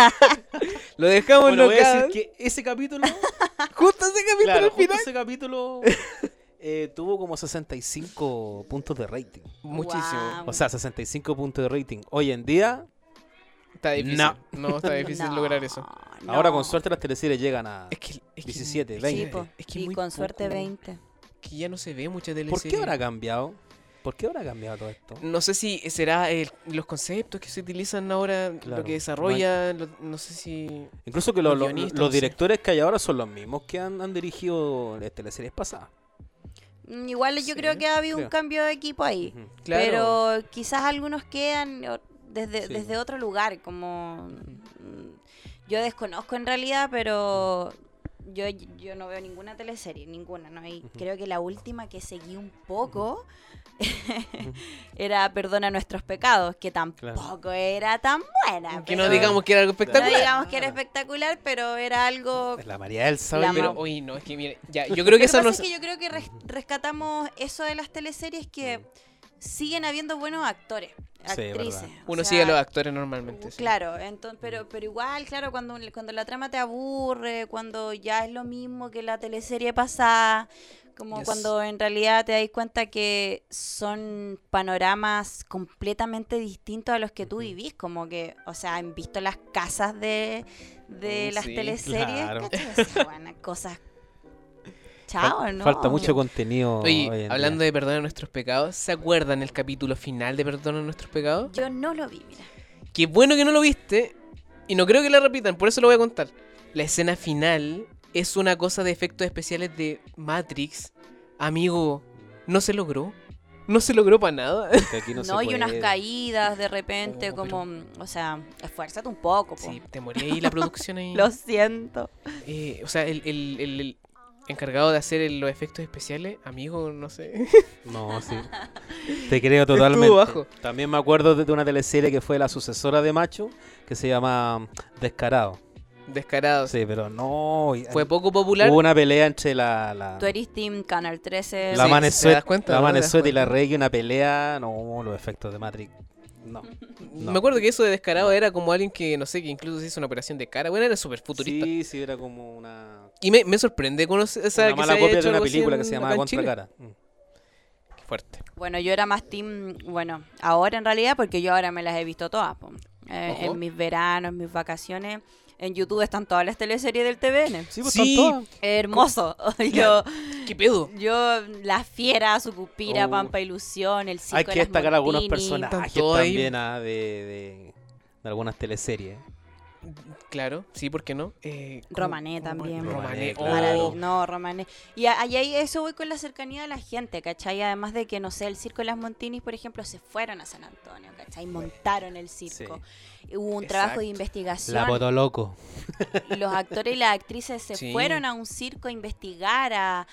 A: Lo dejamos
B: Bueno, voy a
A: locado.
B: decir que ese capítulo,
A: Justo ese capítulo
B: claro,
A: al
B: justo
A: final.
B: ese capítulo eh, tuvo como sesenta y cinco puntos de rating.
A: Muchísimo.
E: Guau.
B: O sea, sesenta y cinco puntos de rating. Hoy en día,
A: Está difícil.
B: No.
A: No, está difícil
E: No,
A: lograr eso.
B: ahora
E: no.
B: con suerte las teleseries llegan a...
A: Es que, es que-
B: diecisiete,
A: es
E: Sí,
A: que-
B: veinte.
E: po,
A: es que
E: y
A: muy
E: con suerte
A: poco.
E: veinte.
A: Que ya no se ve mucha
B: ¿Por
A: teleserie.
B: qué habrá cambiado? ¿Por qué habrá cambiado todo esto?
A: No sé si será el- los conceptos que se utilizan ahora,
B: Claro,
A: lo que desarrolla, lo- no sé si...
B: Incluso que lo-
A: Los
B: lo-
A: guionistas,
B: los
A: no sé.
B: directores que hay ahora son los mismos que han, han dirigido las teleseries pasadas.
E: Mm, Igual yo
A: Sí,
E: creo que ha habido
B: creo.
E: un cambio de equipo ahí.
B: Ujú.
A: Claro.
E: Pero quizás algunos quedan o- desde,
B: Sí.
E: desde otro lugar, como... mm, Yo desconozco en realidad, pero yo, yo no veo ninguna teleserie, ninguna, ¿no? Y creo que la última que seguí un poco era Perdona nuestros pecados, que tampoco era tan buena.
A: Que no
E: pero-
A: digamos que era algo
E: no
A: espectacular.
E: digamos que era espectacular, pero era algo...
B: Es la María Elsa.
E: La
B: oye.
A: Pero,
E: ma-
A: oye, no, es que mire, ya, yo creo que
E: Lo que
A: esa
E: pasa
A: no...
E: es que yo creo que res- rescatamos eso de las teleseries, que siguen habiendo buenos actores,
B: Sí, es
E: actrices.
B: verdad.
E: o
A: Uno
E: sea,
A: sigue a los actores normalmente, sí.
E: Claro, entonces, pero, pero igual, claro, cuando, cuando la trama te aburre, cuando ya es lo mismo que la teleserie pasada, como
A: Yes.
E: cuando en realidad te das cuenta que son panoramas completamente distintos a los que tú vivís, como que, o sea, han visto las casas de, de
A: Mm,
E: las
A: sí,
E: teleseries,
B: claro.
E: ¿cachai? O sea, bueno, cosas... Chao,
B: Fal-
E: ¿no?
B: Falta mucho contenido.
A: Oye,
B: hoy en
A: hablando
B: día.
A: de Perdona nuestros pecados, ¿se acuerdan el capítulo final de Perdona nuestros pecados?
E: Yo no lo vi, mira.
A: Qué bueno que no lo viste, y no creo que la repitan, por eso lo voy a contar. La escena final es una cosa de efectos especiales de Matrix. Amigo, no se logró. No se logró para nada.
B: Que aquí no,
E: No,
B: se
E: y unas
B: puede.
E: caídas de repente,
A: Oh,
E: como, o sea, esfuérzate un poco, po.
A: Sí, te morí ahí la producción ahí.
E: Lo siento.
A: Eh, o sea, el, el- el- el encargado de hacer el- los efectos especiales, amigo, no sé.
B: No, sí. Te creo totalmente.
A: bajo.
B: También me acuerdo de, de una teleserie que fue la sucesora de Macho, que se llama Descarado.
A: Descarado.
B: Sí, pero no. y-
A: Fue poco popular.
B: Hubo una pelea entre la. la
E: Tú eres Team Canal trece.
B: la
A: Sí,
B: Manesuet,
A: ¿te das cuenta,
B: la
A: no? ¿Te das
B: Manesuet y la
A: cuenta?
B: Reggae, una pelea. No, los efectos de Matrix. No. no.
A: Me acuerdo que eso de Descarado era como alguien que, no sé, que incluso se hizo una operación de cara. Bueno, era súper futurista.
B: Sí, sí, era como una.
A: Y me, me sorprende conocer, o sea,
B: una
A: que
B: mala
A: se haya
B: copia
A: hecho
B: de una
A: algo así
B: película
A: en-
B: que se
A: acá
B: llamaba
A: en Chile.
B: Contracara. Mm.
A: Qué fuerte.
E: Bueno, yo era más Team, bueno, ahora en realidad, porque yo ahora me las he visto todas, po. Eh,
A: Ojo.
E: en mis veranos, en mis vacaciones. En YouTube están todas las teleseries del T V N.
B: Sí, pues
A: Sí.
B: están todas.
E: Hermoso. Yo,
A: ¿Qué pedo?
E: yo, La Fiera, Sucupira,
B: Oh.
E: Pampa Ilusión, El Circo
B: Hay
E: de
B: que
E: las
B: destacar algunos
E: Montini.
B: personajes
A: Están todos ahí.
B: también ah, de, de, de algunas teleseries.
A: Claro, sí, ¿por qué no? Eh, ¿cómo-
E: Romané
A: cómo-
E: también.
A: Romané,
B: Romané,
A: oh.
B: claro.
E: Maravilloso. No, Romané. Y a- y ahí eso voy con la cercanía de la gente, ¿cachai? Además de que, no sé, el Circo de las Montinis, por ejemplo, se fueron a San Antonio, ¿cachai? Montaron el circo. Y hubo un trabajo de
A: Exacto.
E: investigación.
B: La Potoloco.
E: Y los actores y las actrices se
A: Sí.
E: fueron a un circo a investigar, a,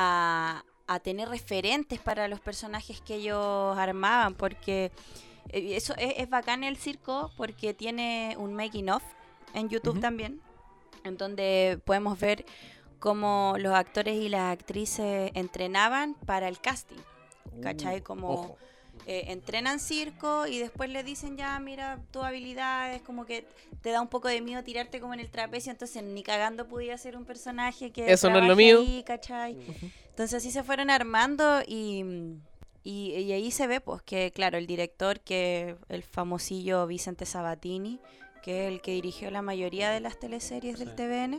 E: a, a tener referentes para los personajes que ellos armaban, porque eh, eso es, es bacán el circo, porque tiene un making of en YouTube
A: Ujú.
E: también, en donde podemos ver cómo los actores y las actrices entrenaban para el casting, ¿cachai? Como...
A: Ojo.
E: eh, entrenan circo y después le dicen ya, mira, tus habilidades, como que te da un poco de miedo tirarte como en el trapecio, entonces ni cagando podía ser un personaje que
A: Eso no es lo
E: trabaje
A: mío.
E: ahí, ¿cachai? Entonces así se fueron armando y, y, y ahí se ve pues que, claro, el director, que el famosillo Vicente Sabatini, que es el que dirigió la mayoría de las teleseries del T V N,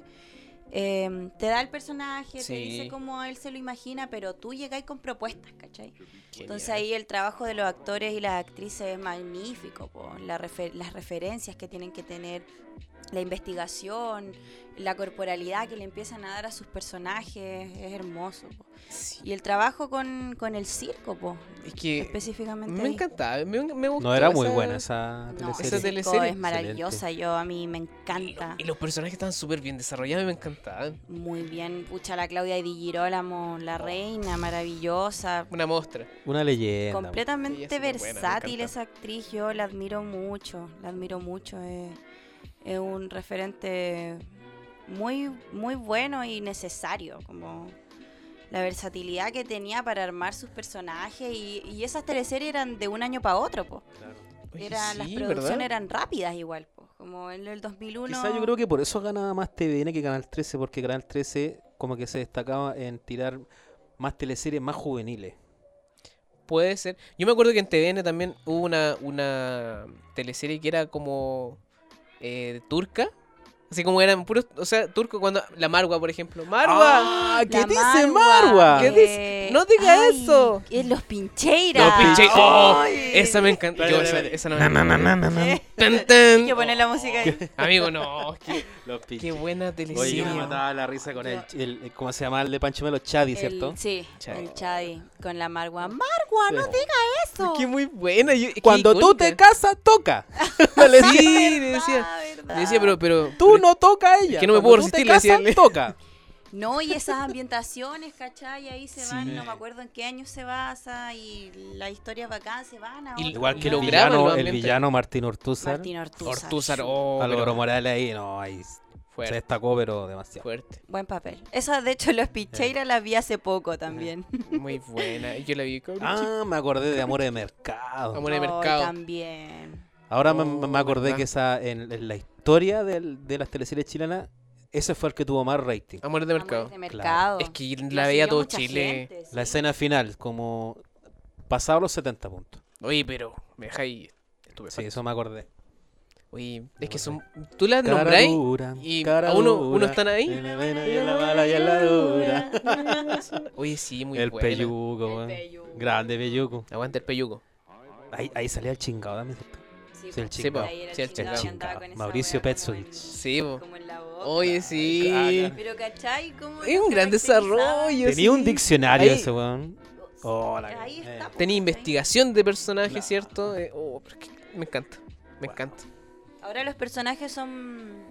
E: eh, te da el personaje, te
A: Sí.
E: dice cómo él se lo imagina, pero tú llegáis con propuestas, ¿cachai? Entonces
A: Genial.
E: ahí el trabajo de los actores y las actrices es magnífico, po. La refer- las referencias que tienen que tener, la investigación, la corporalidad que le empiezan a dar a sus personajes, es hermoso, po.
A: Sí.
E: Y el trabajo con, con el circo, po,
A: Es que
E: específicamente
A: me
E: ahí.
A: encantaba, me, me gustó.
B: No era muy
A: esa-
B: buena esa
E: No,
B: teleserie.
A: Esa
E: el circo
A: teleserie.
E: es maravillosa, yo a mí me encanta.
A: Y los personajes estaban súper bien desarrollados y me encantaban.
E: Muy bien, pucha, la Claudia Di Girolamo, la reina, maravillosa.
A: Una muestra.
B: Una leyenda.
E: Completamente
A: Ella es superbuena, me
E: versátil
A: encanta.
E: esa actriz, yo la admiro mucho, la admiro mucho, es, es un referente muy, muy bueno y necesario, como la versatilidad que tenía para armar sus personajes y, y esas teleseries eran de un año para otro, po.
A: Oye,
E: Eran, las
A: sí,
E: producciones
A: ¿verdad?
E: eran rápidas igual, po. Como en el dos mil uno.
B: Quizá yo creo que por eso ganaba más T V N que Canal trece, porque Canal trece como que se destacaba en tirar más teleseries más juveniles.
A: Puede ser. Yo me acuerdo que en T V N también hubo una, una teleserie que era como eh, turca. Así como eran puros, o sea, turcos cuando... La Marwa, por ejemplo. ¡Marwa!
B: ¡Ah! ¿Qué
E: La
B: dice
E: Marwa.
B: Marwa?
A: ¿Qué dice? No diga
E: Ay,
A: eso.
E: es los pincheiras.
A: Los pinche... ¡Oh!
E: Ay.
A: Esa me encanta.
B: Vale,
A: Yo,
B: vale,
A: esa,
B: vale.
A: esa no
B: Na,
A: me
B: na, na, na, na.
E: Eh,
A: Tan,
E: Hay
A: tan.
E: que poner la música ahí.
A: Amigo, no. Qué,
B: Los
A: qué
B: pinches.
A: buena
B: Oye, yo
A: teleserie.
B: me mataba la risa con el, el, el- ¿cómo se llama? El de Pancho Melo, Chadi, ¿cierto?
E: El, sí,
A: Chadi.
E: el Chadi con la Marwa. Marwa, no
B: Sí.
E: diga eso.
A: Qué muy buena. yo- qué
B: Cuando tú
A: icónica.
B: te casas, toca.
A: Sí, le decía.
E: Ah, verdad.
A: Le decía, pero... pero
B: Tú
A: pero-
B: no toca a ella.
A: que no me
B: Cuando
A: puedo
B: tú te
A: resistir, le decía
B: casas,
A: él.
B: toca.
E: No, y esas ambientaciones, ¿cachai? Ahí se van,
A: Sí.
E: no me acuerdo en qué año se basa y la historia es bacán, se van a
A: Y-
E: otro
B: Igual que el
A: lo
E: lugar.
A: graban,
B: villano,
A: lo
B: el
A: ambientan.
B: villano Martín Ortúzar.
E: Martín Ortúzar.
A: Ortúzar, oh,
B: Álvaro
A: pero
B: Morales ahí, no, ahí se
A: fuerte,
B: destacó, pero demasiado.
A: fuerte.
E: Buen papel. Esa, de hecho, los Picheiras la vi hace poco también.
A: Muy buena. Yo la vi con
B: Ah, me acordé de Amor de Mercado.
A: Amor de
E: Ay,
A: Mercado.
E: también.
B: Ahora me,
A: Oh,
B: me acordé
A: verdad.
B: que esa en, en la historia del- de las teleseries chilenas, ese fue el que tuvo más rating.
A: Amores de mercado.
E: Amores de mercado.
A: Es que
E: La
A: la veía
E: siguió
A: todo
E: mucha
A: Chile.
E: gente, sí.
B: La escena final, como pasado los setenta puntos.
A: Oye, pero me dejáis
B: Sí,
A: estupefacto.
B: eso me acordé.
A: Oye, es
B: Me
A: que
B: acordé.
A: son. Tú las
B: Cara
A: nombráis
B: dura,
A: y
B: cara
A: a uno,
B: dura,
A: uno están
B: en
A: ahí.
B: la buena y en la mala y en la dura.
A: Oye, sí, muy
B: El
A: buena.
B: peyuco,
E: El
B: weón.
E: peyuco.
B: Grande peyuco.
A: Aguanta el peyuco.
B: Ahí, ahí salía el chingado también. ¿cierto?
E: Sí,
B: Sí, el
E: po.
B: chingado.
E: Ahí era
A: Sí, el
E: chingado,
B: chingado.
E: andaba con esa
B: Mauricio
E: wea como
B: Petzovic.
E: en-
A: Sí, po.
E: Como en la boca.
A: Oye, sí.
B: Caga.
E: Pero ¿cachai? ¿Cómo
A: Es
E: lo
A: un gran
E: caracterizaban?
A: desarrollo.
B: Tenía un
A: sí.
B: diccionario
A: Ahí-
B: ese weón. Oh, la-
E: Ahí
B: eh.
E: está. po,
A: Tenía
E: ¿cachai?
A: investigación de personajes,
B: Claro.
A: ¿cierto? Eh, oh, pero es que me encanta. Me encanta.
E: Ahora los personajes son.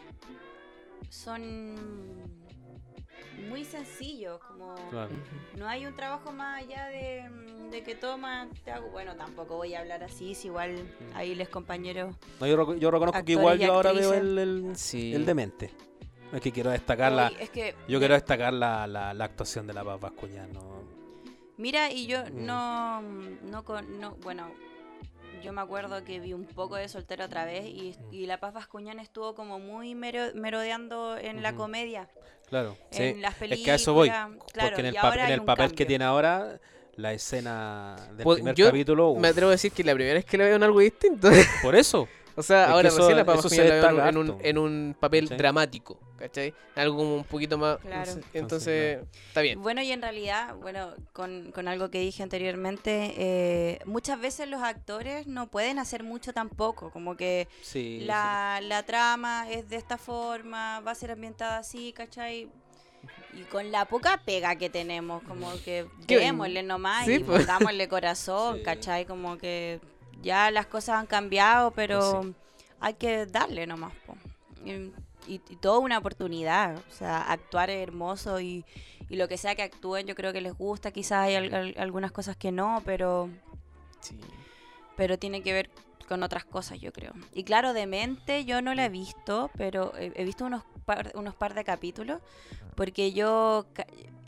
E: Son. Muy sencillos. Como.
B: Claro.
E: No hay un trabajo más allá de, de que toma. Te hago. Bueno, tampoco voy a hablar así. Si igual ahí les compañeros.
B: No, yo, reco- yo reconozco que
E: Actores
B: igual
E: y
B: yo ahora veo
E: actrices.
B: el, el,
A: Sí.
B: el demente. Es que quiero destacar la,
E: Hoy es que.
B: yo quiero destacar la, la, la actuación de la Paz Vascuñano.
E: Mira, y yo
B: Mm.
E: no, no, con, no, bueno, yo me acuerdo que vi un poco de Soltero otra vez y,
B: Mm.
E: y La Paz Vascuñán estuvo como muy mero- merodeando en la
B: Ujú.
E: comedia,
B: Claro.
E: en las
B: Es
E: películas.
B: que a eso voy.
E: claro,
B: Porque en el,
E: y
B: pap-
E: ahora
B: en
E: hay
B: el
E: un
B: papel que
E: cambio.
B: tiene ahora, la escena del
A: Pues,
B: primer
A: yo
B: capítulo. uf,
A: Me atrevo a decir que la primera vez que la veo en algo distinto.
B: Por eso.
A: O sea,
B: Es que
A: ahora
B: eso-
A: recién la Papa
B: eso se
A: Vascuñán la veo en,
B: destaca
A: un- en un,
B: harto.
A: en un papel
B: ¿Cachai?
A: dramático, ¿cachai? Algo como un poquito más...
E: Claro.
A: no sé, entonces, está bien.
E: Bueno, y en realidad, bueno, con, con algo que dije anteriormente, eh, muchas veces los actores no pueden hacer mucho tampoco, como que
B: Sí.
E: la, la trama es de esta forma, va a ser ambientada así, ¿cachai? Y con la poca pega que tenemos, como que
A: ¿Qué?
E: démosle nomás
A: Sí,
E: y
A: pues.
E: pongámosle corazón,
B: Sí.
E: ¿cachai? Como que ya las cosas han cambiado, pero
A: Pues
E: hay que darle nomás, po. Y, y, y toda una oportunidad, o sea, actuar es hermoso y, y lo que sea que actúen, yo creo que les gusta, quizás hay al- al- algunas cosas que no, pero
A: Sí.
E: pero tiene que ver con otras cosas, yo creo. Y claro, Demente yo no la he visto, pero he, he visto unos par, unos par de capítulos, porque yo ca-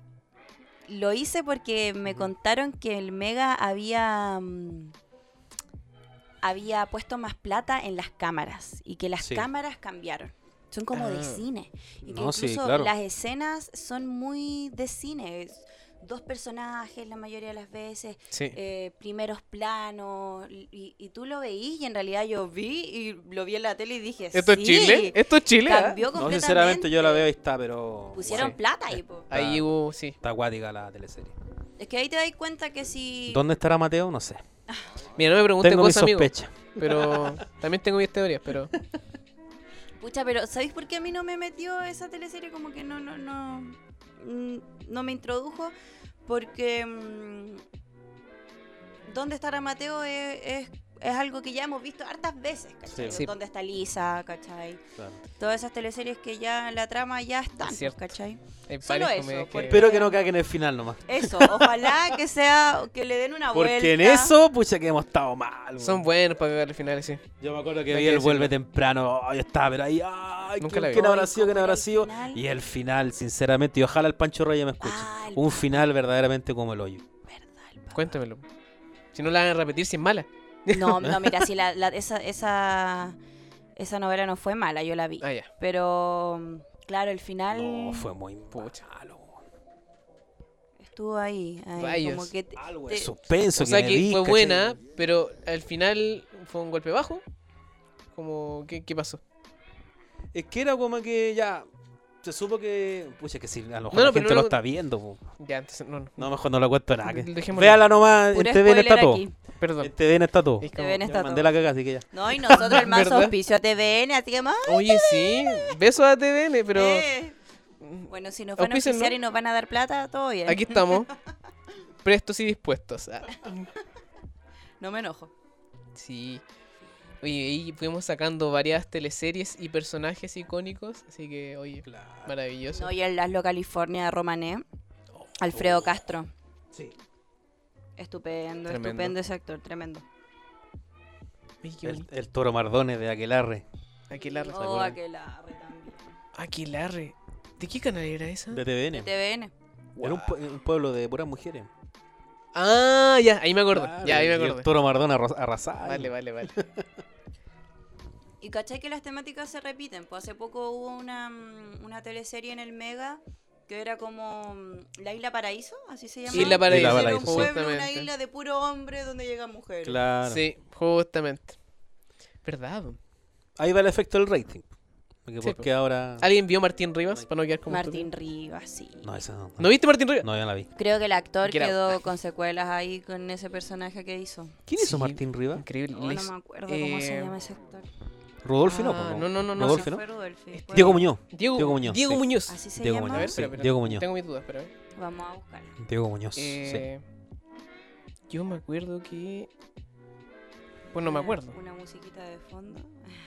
E: lo hice porque me contaron que el Mega había mm, había puesto más plata en las cámaras y que las
B: Sí.
E: cámaras cambiaron. Son como de
A: Ah.
E: cine. Y que
B: No, sí,
E: incluso
B: claro.
E: las escenas son muy de cine. Es dos personajes la mayoría de las veces,
A: Sí.
E: eh, primeros planos, y, y tú lo veís y en realidad yo vi y lo vi en la tele y dije,
A: ¿Esto
E: sí,
A: es Chile? ¿Esto es Chile? ¿ah?
E: cambió
B: No,
E: completamente.
B: sinceramente yo la veo y está, pero.
E: Pusieron
A: Sí.
E: plata ahí, po.
A: Ahí hubo, sí.
B: Está acuática la teleserie.
E: Es que ahí te das cuenta que si...
B: ¿Dónde estará Mateo? No sé.
A: Mira, no me pregunten
B: Tengo mis
A: cosas, amigo.
B: sospechas.
A: Pero también tengo mis teorías, pero...
E: Pucha, pero ¿sabéis por qué a mí no me metió esa teleserie? Como que no, no, no, mm, no me introdujo. Porque mm, ¿Dónde estará Mateo? Es, es, es algo que ya hemos visto hartas veces, ¿cachai?
B: Sí.
A: Sí.
E: ¿Dónde está Lisa? ¿Cachai?
B: Claro.
E: Todas esas teleseries que ya la trama ya están, pues,
A: Cierto.
E: ¿cachai?
A: Hay
E: Solo
A: varias
E: eso,
A: comedias que-
E: porque-
B: Espero que no caiga en el final nomás.
E: Eso, ojalá que sea, que le den una vuelta.
B: Porque en eso, pucha, que hemos estado mal. weón.
A: Son buenos para cagar el final, sí.
B: Yo me acuerdo que
A: Hay
B: vi
A: que
B: el
A: decirlo.
B: vuelve temprano. Ay, estaba, pero ahí. Ay,
A: Nunca
B: ¿quién,
A: la vi.
B: quién habrá
E: Ay,
B: sido? ¿Quién
E: ¿cómo
B: habrá
E: era el
B: sido?
E: final?
B: Y el final, sinceramente, y ojalá el Pancho Reyes me escuche.
E: Ah, el
B: Un
E: papá.
B: final verdaderamente como el hoyo.
E: Verdad, el papá.
A: Cuéntamelo. Si no la van a repetir, si es mala.
E: No, no, mira, si la, la- esa, esa, esa novela no fue mala, yo la vi.
A: Ah, ya.
E: Pero, mm, claro, el final
B: No, fue muy
A: Pucha.
B: malo.
E: estuvo ahí. ahí,
A: Rayos.
E: como que te-
B: Algo
E: te-
B: de suspenso.
A: O sea
B: me
A: que
B: di,
A: fue
B: ¿cachai?
A: buena, pero al final fue un golpe bajo. Como, ¿qué, qué pasó?
B: Es que era como que ya. Se supo que. Pucha, que si a lo mejor
A: No, no,
B: la
A: pero
B: gente
A: no
B: lo
A: lo-
B: está viendo, po.
A: Ya, entonces, no, no.
B: No, mejor no lo cuento nada. que-
A: Dejémoslo.
B: Véala nomás,
E: Puro
B: en T V N está
E: spoiler
B: todo.
E: aquí.
A: Perdón.
B: En T V N está todo.
A: Es
E: T
A: como-
E: V N
B: Ya
E: está
B: mandé
E: todo.
B: la cagada, así que ya.
E: No, y nosotros el más
A: ¿Verdad?
E: auspicio a T V N, así que más.
A: Oye, sí. Besos a T V N, pero
E: Eh. Bueno, si nos van a
A: Auspícenlo.
E: auspiciar y nos van a dar plata, todo bien.
A: aquí estamos. Prestos y dispuestos. Ah,
E: No me enojo.
A: sí. Oye, y fuimos sacando varias teleseries y personajes icónicos. Así que, oye, maravilloso.
E: No, y el Laszlo California de Romané. Alfredo Castro.
B: Sí.
E: Estupendo,
A: Tremendo.
E: estupendo ese actor, tremendo.
A: Oye, qué
B: El,
A: bonito.
B: el Toro Mardones de Aquelarre.
A: Aquelarre.
E: Oh, aquelarre también.
A: Aquelarre. ¿De qué canal era esa?
B: De T V N.
E: T V N.
B: Era un, pue- un pueblo de puras mujeres.
A: Ah, ya, ahí me acuerdo.
B: Claro,
A: ya, ahí me
B: y el
A: acuerdo.
B: Toro Mardón arras- arrasado.
A: Vale, vale, vale.
E: Y cachai que las temáticas se repiten. Pues hace poco hubo una, mm, una teleserie en el Mega que era como mm, La Isla Paraíso, así se llama.
A: Isla Paraíso,
B: Isla
E: Era
B: Paraíso,
E: un
B: sí.
E: pueblo, una
A: justamente.
E: isla de puro hombre donde llegan mujeres.
B: Claro.
A: Sí, justamente. ¿Verdad?
B: Ahí va el efecto del rating. Porque,
A: Sí,
B: porque ahora.
A: ¿Alguien vio Martín Rivas para no quedar como
E: Martín Rivas, sí.
B: No, esa no.
A: ¿No viste Martín Rivas?
B: No, ya la vi.
E: Creo que el actor
A: Get out.
E: quedó con secuelas ahí con ese personaje que hizo.
B: ¿Quién hizo
A: Sí.
B: Martín Riva?
A: Increíble.
E: Oh, no
A: Les-
E: me acuerdo cómo se
A: eh,
E: llama ese actor.
B: Rudolfi no,
A: Ah,
B: po,
A: no, no, no, no,
B: Rudolfi,
A: sí.
B: ¿no?
E: Fue Rudolfi, fue-
B: Diego Muñoz.
A: Diego,
B: Diego Muñoz.
A: Diego
B: sí.
A: Muñoz.
E: Así se
B: Diego
E: llama.
B: Muñoz.
A: A ver,
B: sí.
A: espera, espera.
B: Diego Muñoz.
A: Tengo mis dudas, pero a ver.
E: Vamos a buscar.
B: Diego Muñoz.
A: Eh, Yo me acuerdo que. Pues no me acuerdo.
E: Una musiquita de fondo.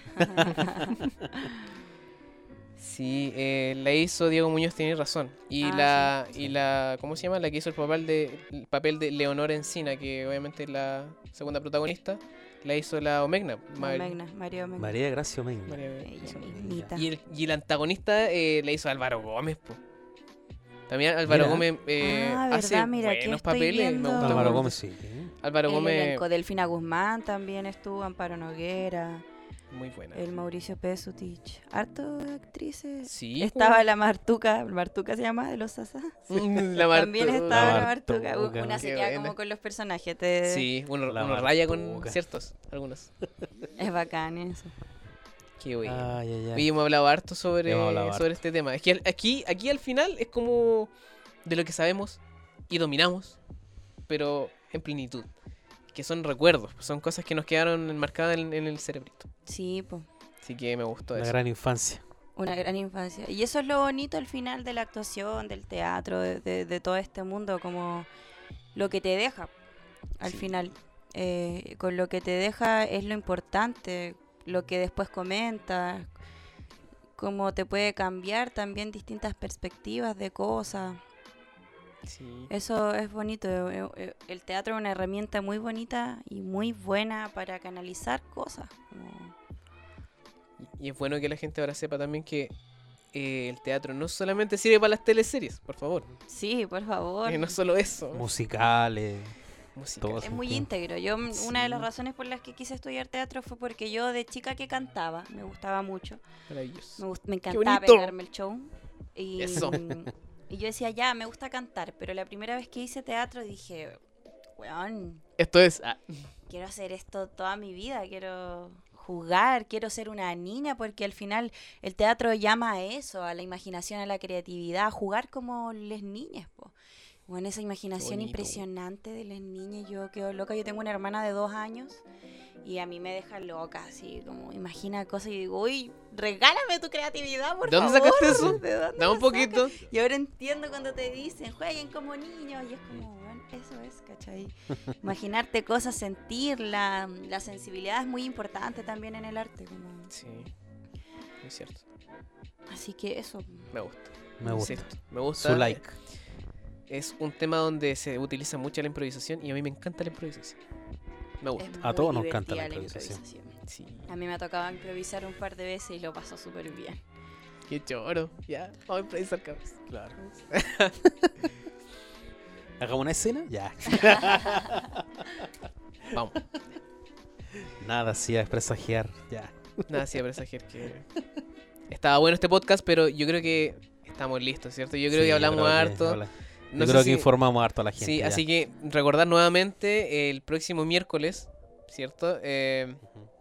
A: Sí, eh, la hizo Diego Muñoz, tiene razón. Y
E: Ah,
A: la. Y la. ¿Cómo se llama? La que hizo el papel de. El papel de Leonor Encina, que obviamente es la segunda protagonista. La hizo la Omegna. Mabel-
E: Magna, María Omegna.
B: María Gracia Omeña.
A: María-
E: Ella
A: eso.
E: mismita.
A: Y el, y el antagonista eh, la hizo Álvaro Gómez, po. También Álvaro
B: Mira.
A: Gómez eh,
E: Ah,
A: hace
E: verdad, mira, aquí
A: buenos
E: estoy
A: papeles.
E: viendo.
A: Me gusta
B: Álvaro
A: mucho.
B: Gómez, sí.
A: Álvaro
E: El
A: Gómez,
E: elenco Delfina Guzmán también estuvo, Amparo Noguera,
A: muy buena.
E: el Mauricio Pesutich. Harto actrices.
A: Sí,
E: Estaba la Martuca, Martuca se llama, de los Sasa.
A: Mm, la
E: También
A: Martu-
E: estaba la
B: La
E: Martuca.
B: Martuca.
E: Una se
A: Qué
E: queda
A: buena.
E: como con los personajes. te-
A: Sí, uno,
B: La
A: uno raya con
B: Martuca.
A: ciertos, algunos.
E: Es bacán eso.
A: Qué bueno.
B: Ay, ay, ay.
A: Oye, hemos hablado harto sobre,
B: Hemos hablado
A: sobre
B: harto.
A: este tema. Es que al- aquí, aquí al final es como de lo que sabemos y dominamos, pero en plenitud. Que son recuerdos, son cosas que nos quedaron enmarcadas en, en el cerebrito.
E: Sí, pues.
A: Así que me gustó
B: Una
A: eso.
B: gran infancia.
E: Una gran infancia. Y eso es lo bonito al final de la actuación, del teatro, de, de- de todo este mundo, como lo que te deja al
A: Sí.
E: final. Eh, con lo que te deja es lo importante, lo que después comentas, cómo te puede cambiar también distintas perspectivas de cosas.
A: Sí.
E: Eso es bonito. eh, eh, El teatro es una herramienta muy bonita y muy buena para canalizar cosas. como-
A: Y es bueno que la gente ahora sepa también que eh, el teatro no solamente sirve para las teleseries, por favor.
E: Sí, por favor.
A: Eh, no solo eso.
B: Musicales.
A: Música.
B: todo
E: Es
B: eso,
E: muy
B: sí.
E: íntegro. Yo mm, una de las
A: Sí.
E: razones por las que quise estudiar teatro fue porque yo de chica que cantaba, me gustaba mucho, me,
A: Maravilloso.
E: gust- me encantaba
A: bonito!
E: pegarme el show y,
A: Eso.
E: y yo decía ya me gusta cantar, pero la primera vez que hice teatro dije, weón,
A: Esto es. ah,
E: quiero hacer esto toda mi vida, quiero jugar, quiero ser una niña, porque al final el teatro llama a eso, a la imaginación, a la creatividad, a jugar como las niñas, po. Bueno, esa imaginación
A: bonito.
E: impresionante de las niñas, yo quedo loca, yo tengo una hermana de dos años y a mí me deja loca, así como imagina cosas y digo, uy, regálame tu creatividad, por
A: ¿De dónde
E: favor.
A: sacaste eso?
E: ¿De dónde
A: Dame un
E: lo sacas?
A: poquito.
E: Y ahora entiendo cuando te dicen, jueguen como niños, y es como, bueno, eso es, ¿cachai? Imaginarte cosas, sentir, la, la sensibilidad es muy importante también en el arte. Como...
A: Sí. Es cierto.
E: Así que eso.
A: Me gusta.
B: Me gusta.
A: Insisto, me gusta.
B: Su like.
A: Es un tema donde se utiliza mucho la improvisación y a mí me encanta la improvisación. Me gusta.
E: Es
B: A
E: muy
B: todos nos encanta la
E: divertida
B: improvisación.
A: Sí.
E: A mí me ha tocado improvisar un par de veces y lo paso súper bien.
A: Qué choro. Ya, vamos a improvisar, cabros.
B: Claro. ¿Hagamos una escena? Ya.
A: Vamos.
B: Nada, así a presagiar. Ya.
A: Nada, sí, a presagiar que. Estaba bueno este podcast, pero yo creo que estamos listos, ¿cierto? Yo creo
B: Sí,
A: que hablamos
B: creo que
A: harto.
B: habla-
A: No
B: yo
A: sé
B: creo
A: si-
B: que informamos harto a la gente.
A: Sí,
B: ya.
A: así que recordar nuevamente el próximo miércoles, ¿cierto? Eh,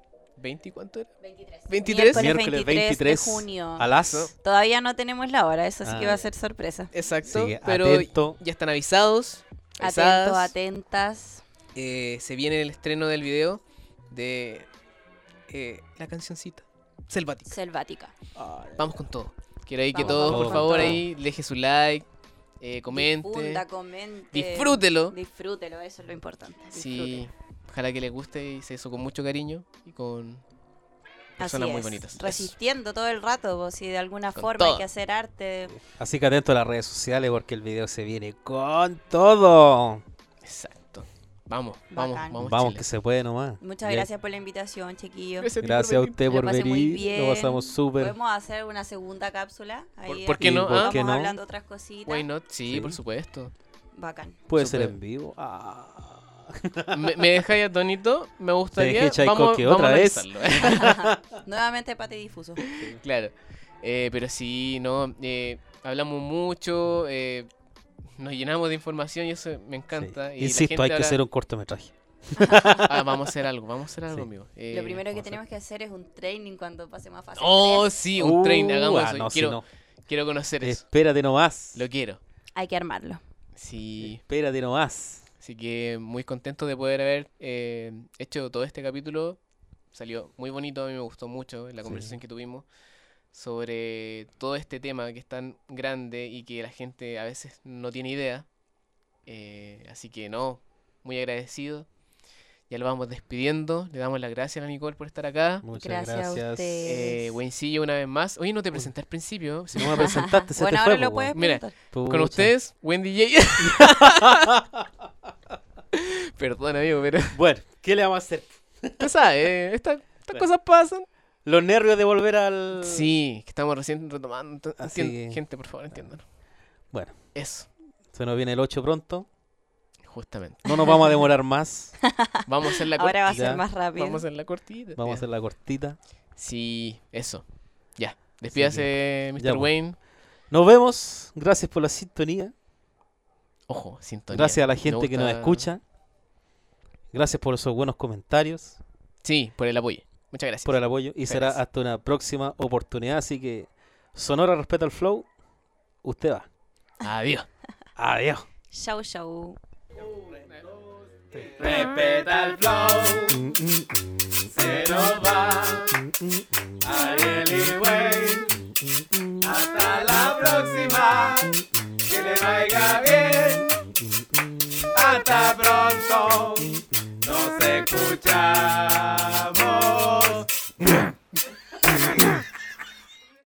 A: veinte, ¿cuánto era?
E: veintitrés.
A: veintitrés.
E: Miércoles
B: Miércoles
E: veintitrés
B: veintitrés
E: de junio.
B: a las...
E: Todavía no tenemos la hora, eso sí
B: Ah,
E: que va a
B: ya.
E: ser sorpresa.
A: Exacto,
B: Así que
A: pero
B: atento.
A: ya están avisados.
E: Atentos,
A: avisadas.
E: atentas.
A: Eh, se viene el estreno del video de eh, la cancioncita Selvática.
E: Selvática.
A: Vamos con todo. Quiero ahí que
E: Vamos,
A: todos,
B: vamos
A: por
B: con
A: favor,
B: todo.
A: ahí deje su like, eh, comente,
E: Difunda, comente.
A: disfrútelo.
E: Disfrútelo, eso es lo importante.
A: Sí,
E: disfrútelo.
A: ojalá que les guste y se hizo con mucho cariño y con
E: Así
A: personas muy
E: es,
A: bonitas. Eso.
E: Resistiendo todo el rato, pues, si de alguna
A: Con
E: forma
A: todo.
E: hay que hacer arte.
B: Así que atento a las redes sociales porque el video se viene con todo.
A: Exacto. Vamos, vamos,
E: Bacán.
A: vamos.
B: Vamos
A: Chile.
B: que se puede nomás.
E: Muchas
B: Bien.
E: gracias por la invitación, chiquillos.
A: Gracias a ti
B: Gracias a
A: por venir.
B: usted
E: Lo
B: por
E: pasé muy
B: venir.
E: bien.
B: Lo pasamos súper.
E: Podemos hacer una segunda cápsula. Ahí
A: ¿Por- por qué
B: no?
E: Vamos
B: ¿Por qué no?
E: hablando otras cositas.
A: Why not? Sí,
B: Sí.
A: por supuesto.
E: Bacán.
B: Puede ser
A: Súper.
B: en vivo. Ah.
A: me, me dejáis atónito, me gustaría.
B: dejé Tchaikovsky
A: vamos,
B: otra
A: vamos a
B: vez.
A: analizarlo.
E: Nuevamente Pate Difuso.
A: Claro. Eh, pero sí, no. eh, hablamos mucho, eh, nos llenamos de información y eso me encanta.
B: Sí.
A: Y la
B: Insisto,
A: gente
B: hay que
A: ahora-
B: hacer un cortometraje.
A: Ah, vamos a hacer algo, vamos a hacer algo,
B: Sí.
A: amigo. Eh,
E: Lo primero que
B: vamos a
E: tenemos que hacer es un training cuando pase más fácil.
A: Oh, sí, un
B: Uh,
A: train, hagamos
B: ah,
A: eso.
B: no, si
A: quiero,
B: no.
A: quiero conocer eso.
B: Espérate nomás.
A: Lo quiero.
E: Hay que armarlo.
A: Sí.
B: Espérate nomás.
A: Así que muy contento de poder haber eh, hecho todo este capítulo. Salió muy bonito, a mí me gustó mucho la
B: Sí.
A: conversación que tuvimos sobre todo este tema que es tan grande y que la gente a veces no tiene idea. Eh, así que no, muy agradecido. Ya lo vamos despidiendo. Le damos las gracias a la Nicole por estar acá.
B: Muchas
E: Gracias a
B: gracias.
E: usted.
A: Eh, Wencillo una vez más. Oye, no te presenté al principio. Se
B: No
A: me
B: me
A: fue.
B: presentaste, se
E: Bueno,
B: te
E: ahora
B: fue.
E: lo
B: po,
E: puedes
B: weón.
A: Mira,
E: preguntar.
A: Con
B: Pucha.
A: ustedes, Wendy J. Perdón, amigo, pero
B: Bueno, ¿qué le vamos a hacer?
A: tú sabes, eh, esta- estas
B: Bueno.
A: cosas pasan.
B: Los nervios de volver al...
A: Sí, que estamos recién retomando. ent-
B: Así
A: entien-
B: que-
A: Gente, por favor, entiendan.
B: Bueno,
A: Eso,
B: se nos viene el ocho pronto.
A: justamente.
B: No nos vamos a demorar más.
A: Vamos a hacer la
E: Ahora va a
A: cortita.
E: ser más rápido.
A: Vamos a hacer la cortita.
B: Vamos a
A: Ya.
B: hacer la cortita.
A: Sí, eso. Ya. Despídase,
B: Ya,
A: mister
B: pues.
A: Wayne.
B: Nos vemos. Gracias por la sintonía.
A: Ojo, sintonía.
B: Gracias a la
A: Me
B: gente que nos
A: gusta-
B: escucha. Gracias por esos buenos comentarios,
A: Sí, por el apoyo. Muchas gracias.
B: por el apoyo. Y será
A: Gracias.
B: hasta una próxima oportunidad. Así que, Sonora respeta el flow. Usted va.
A: Adiós.
B: Adiós.
E: Chau, chau.
F: Respeta el flow, se nos va Ariel y Wayne. Hasta la próxima, que le vaya bien. Hasta pronto, nos escuchamos.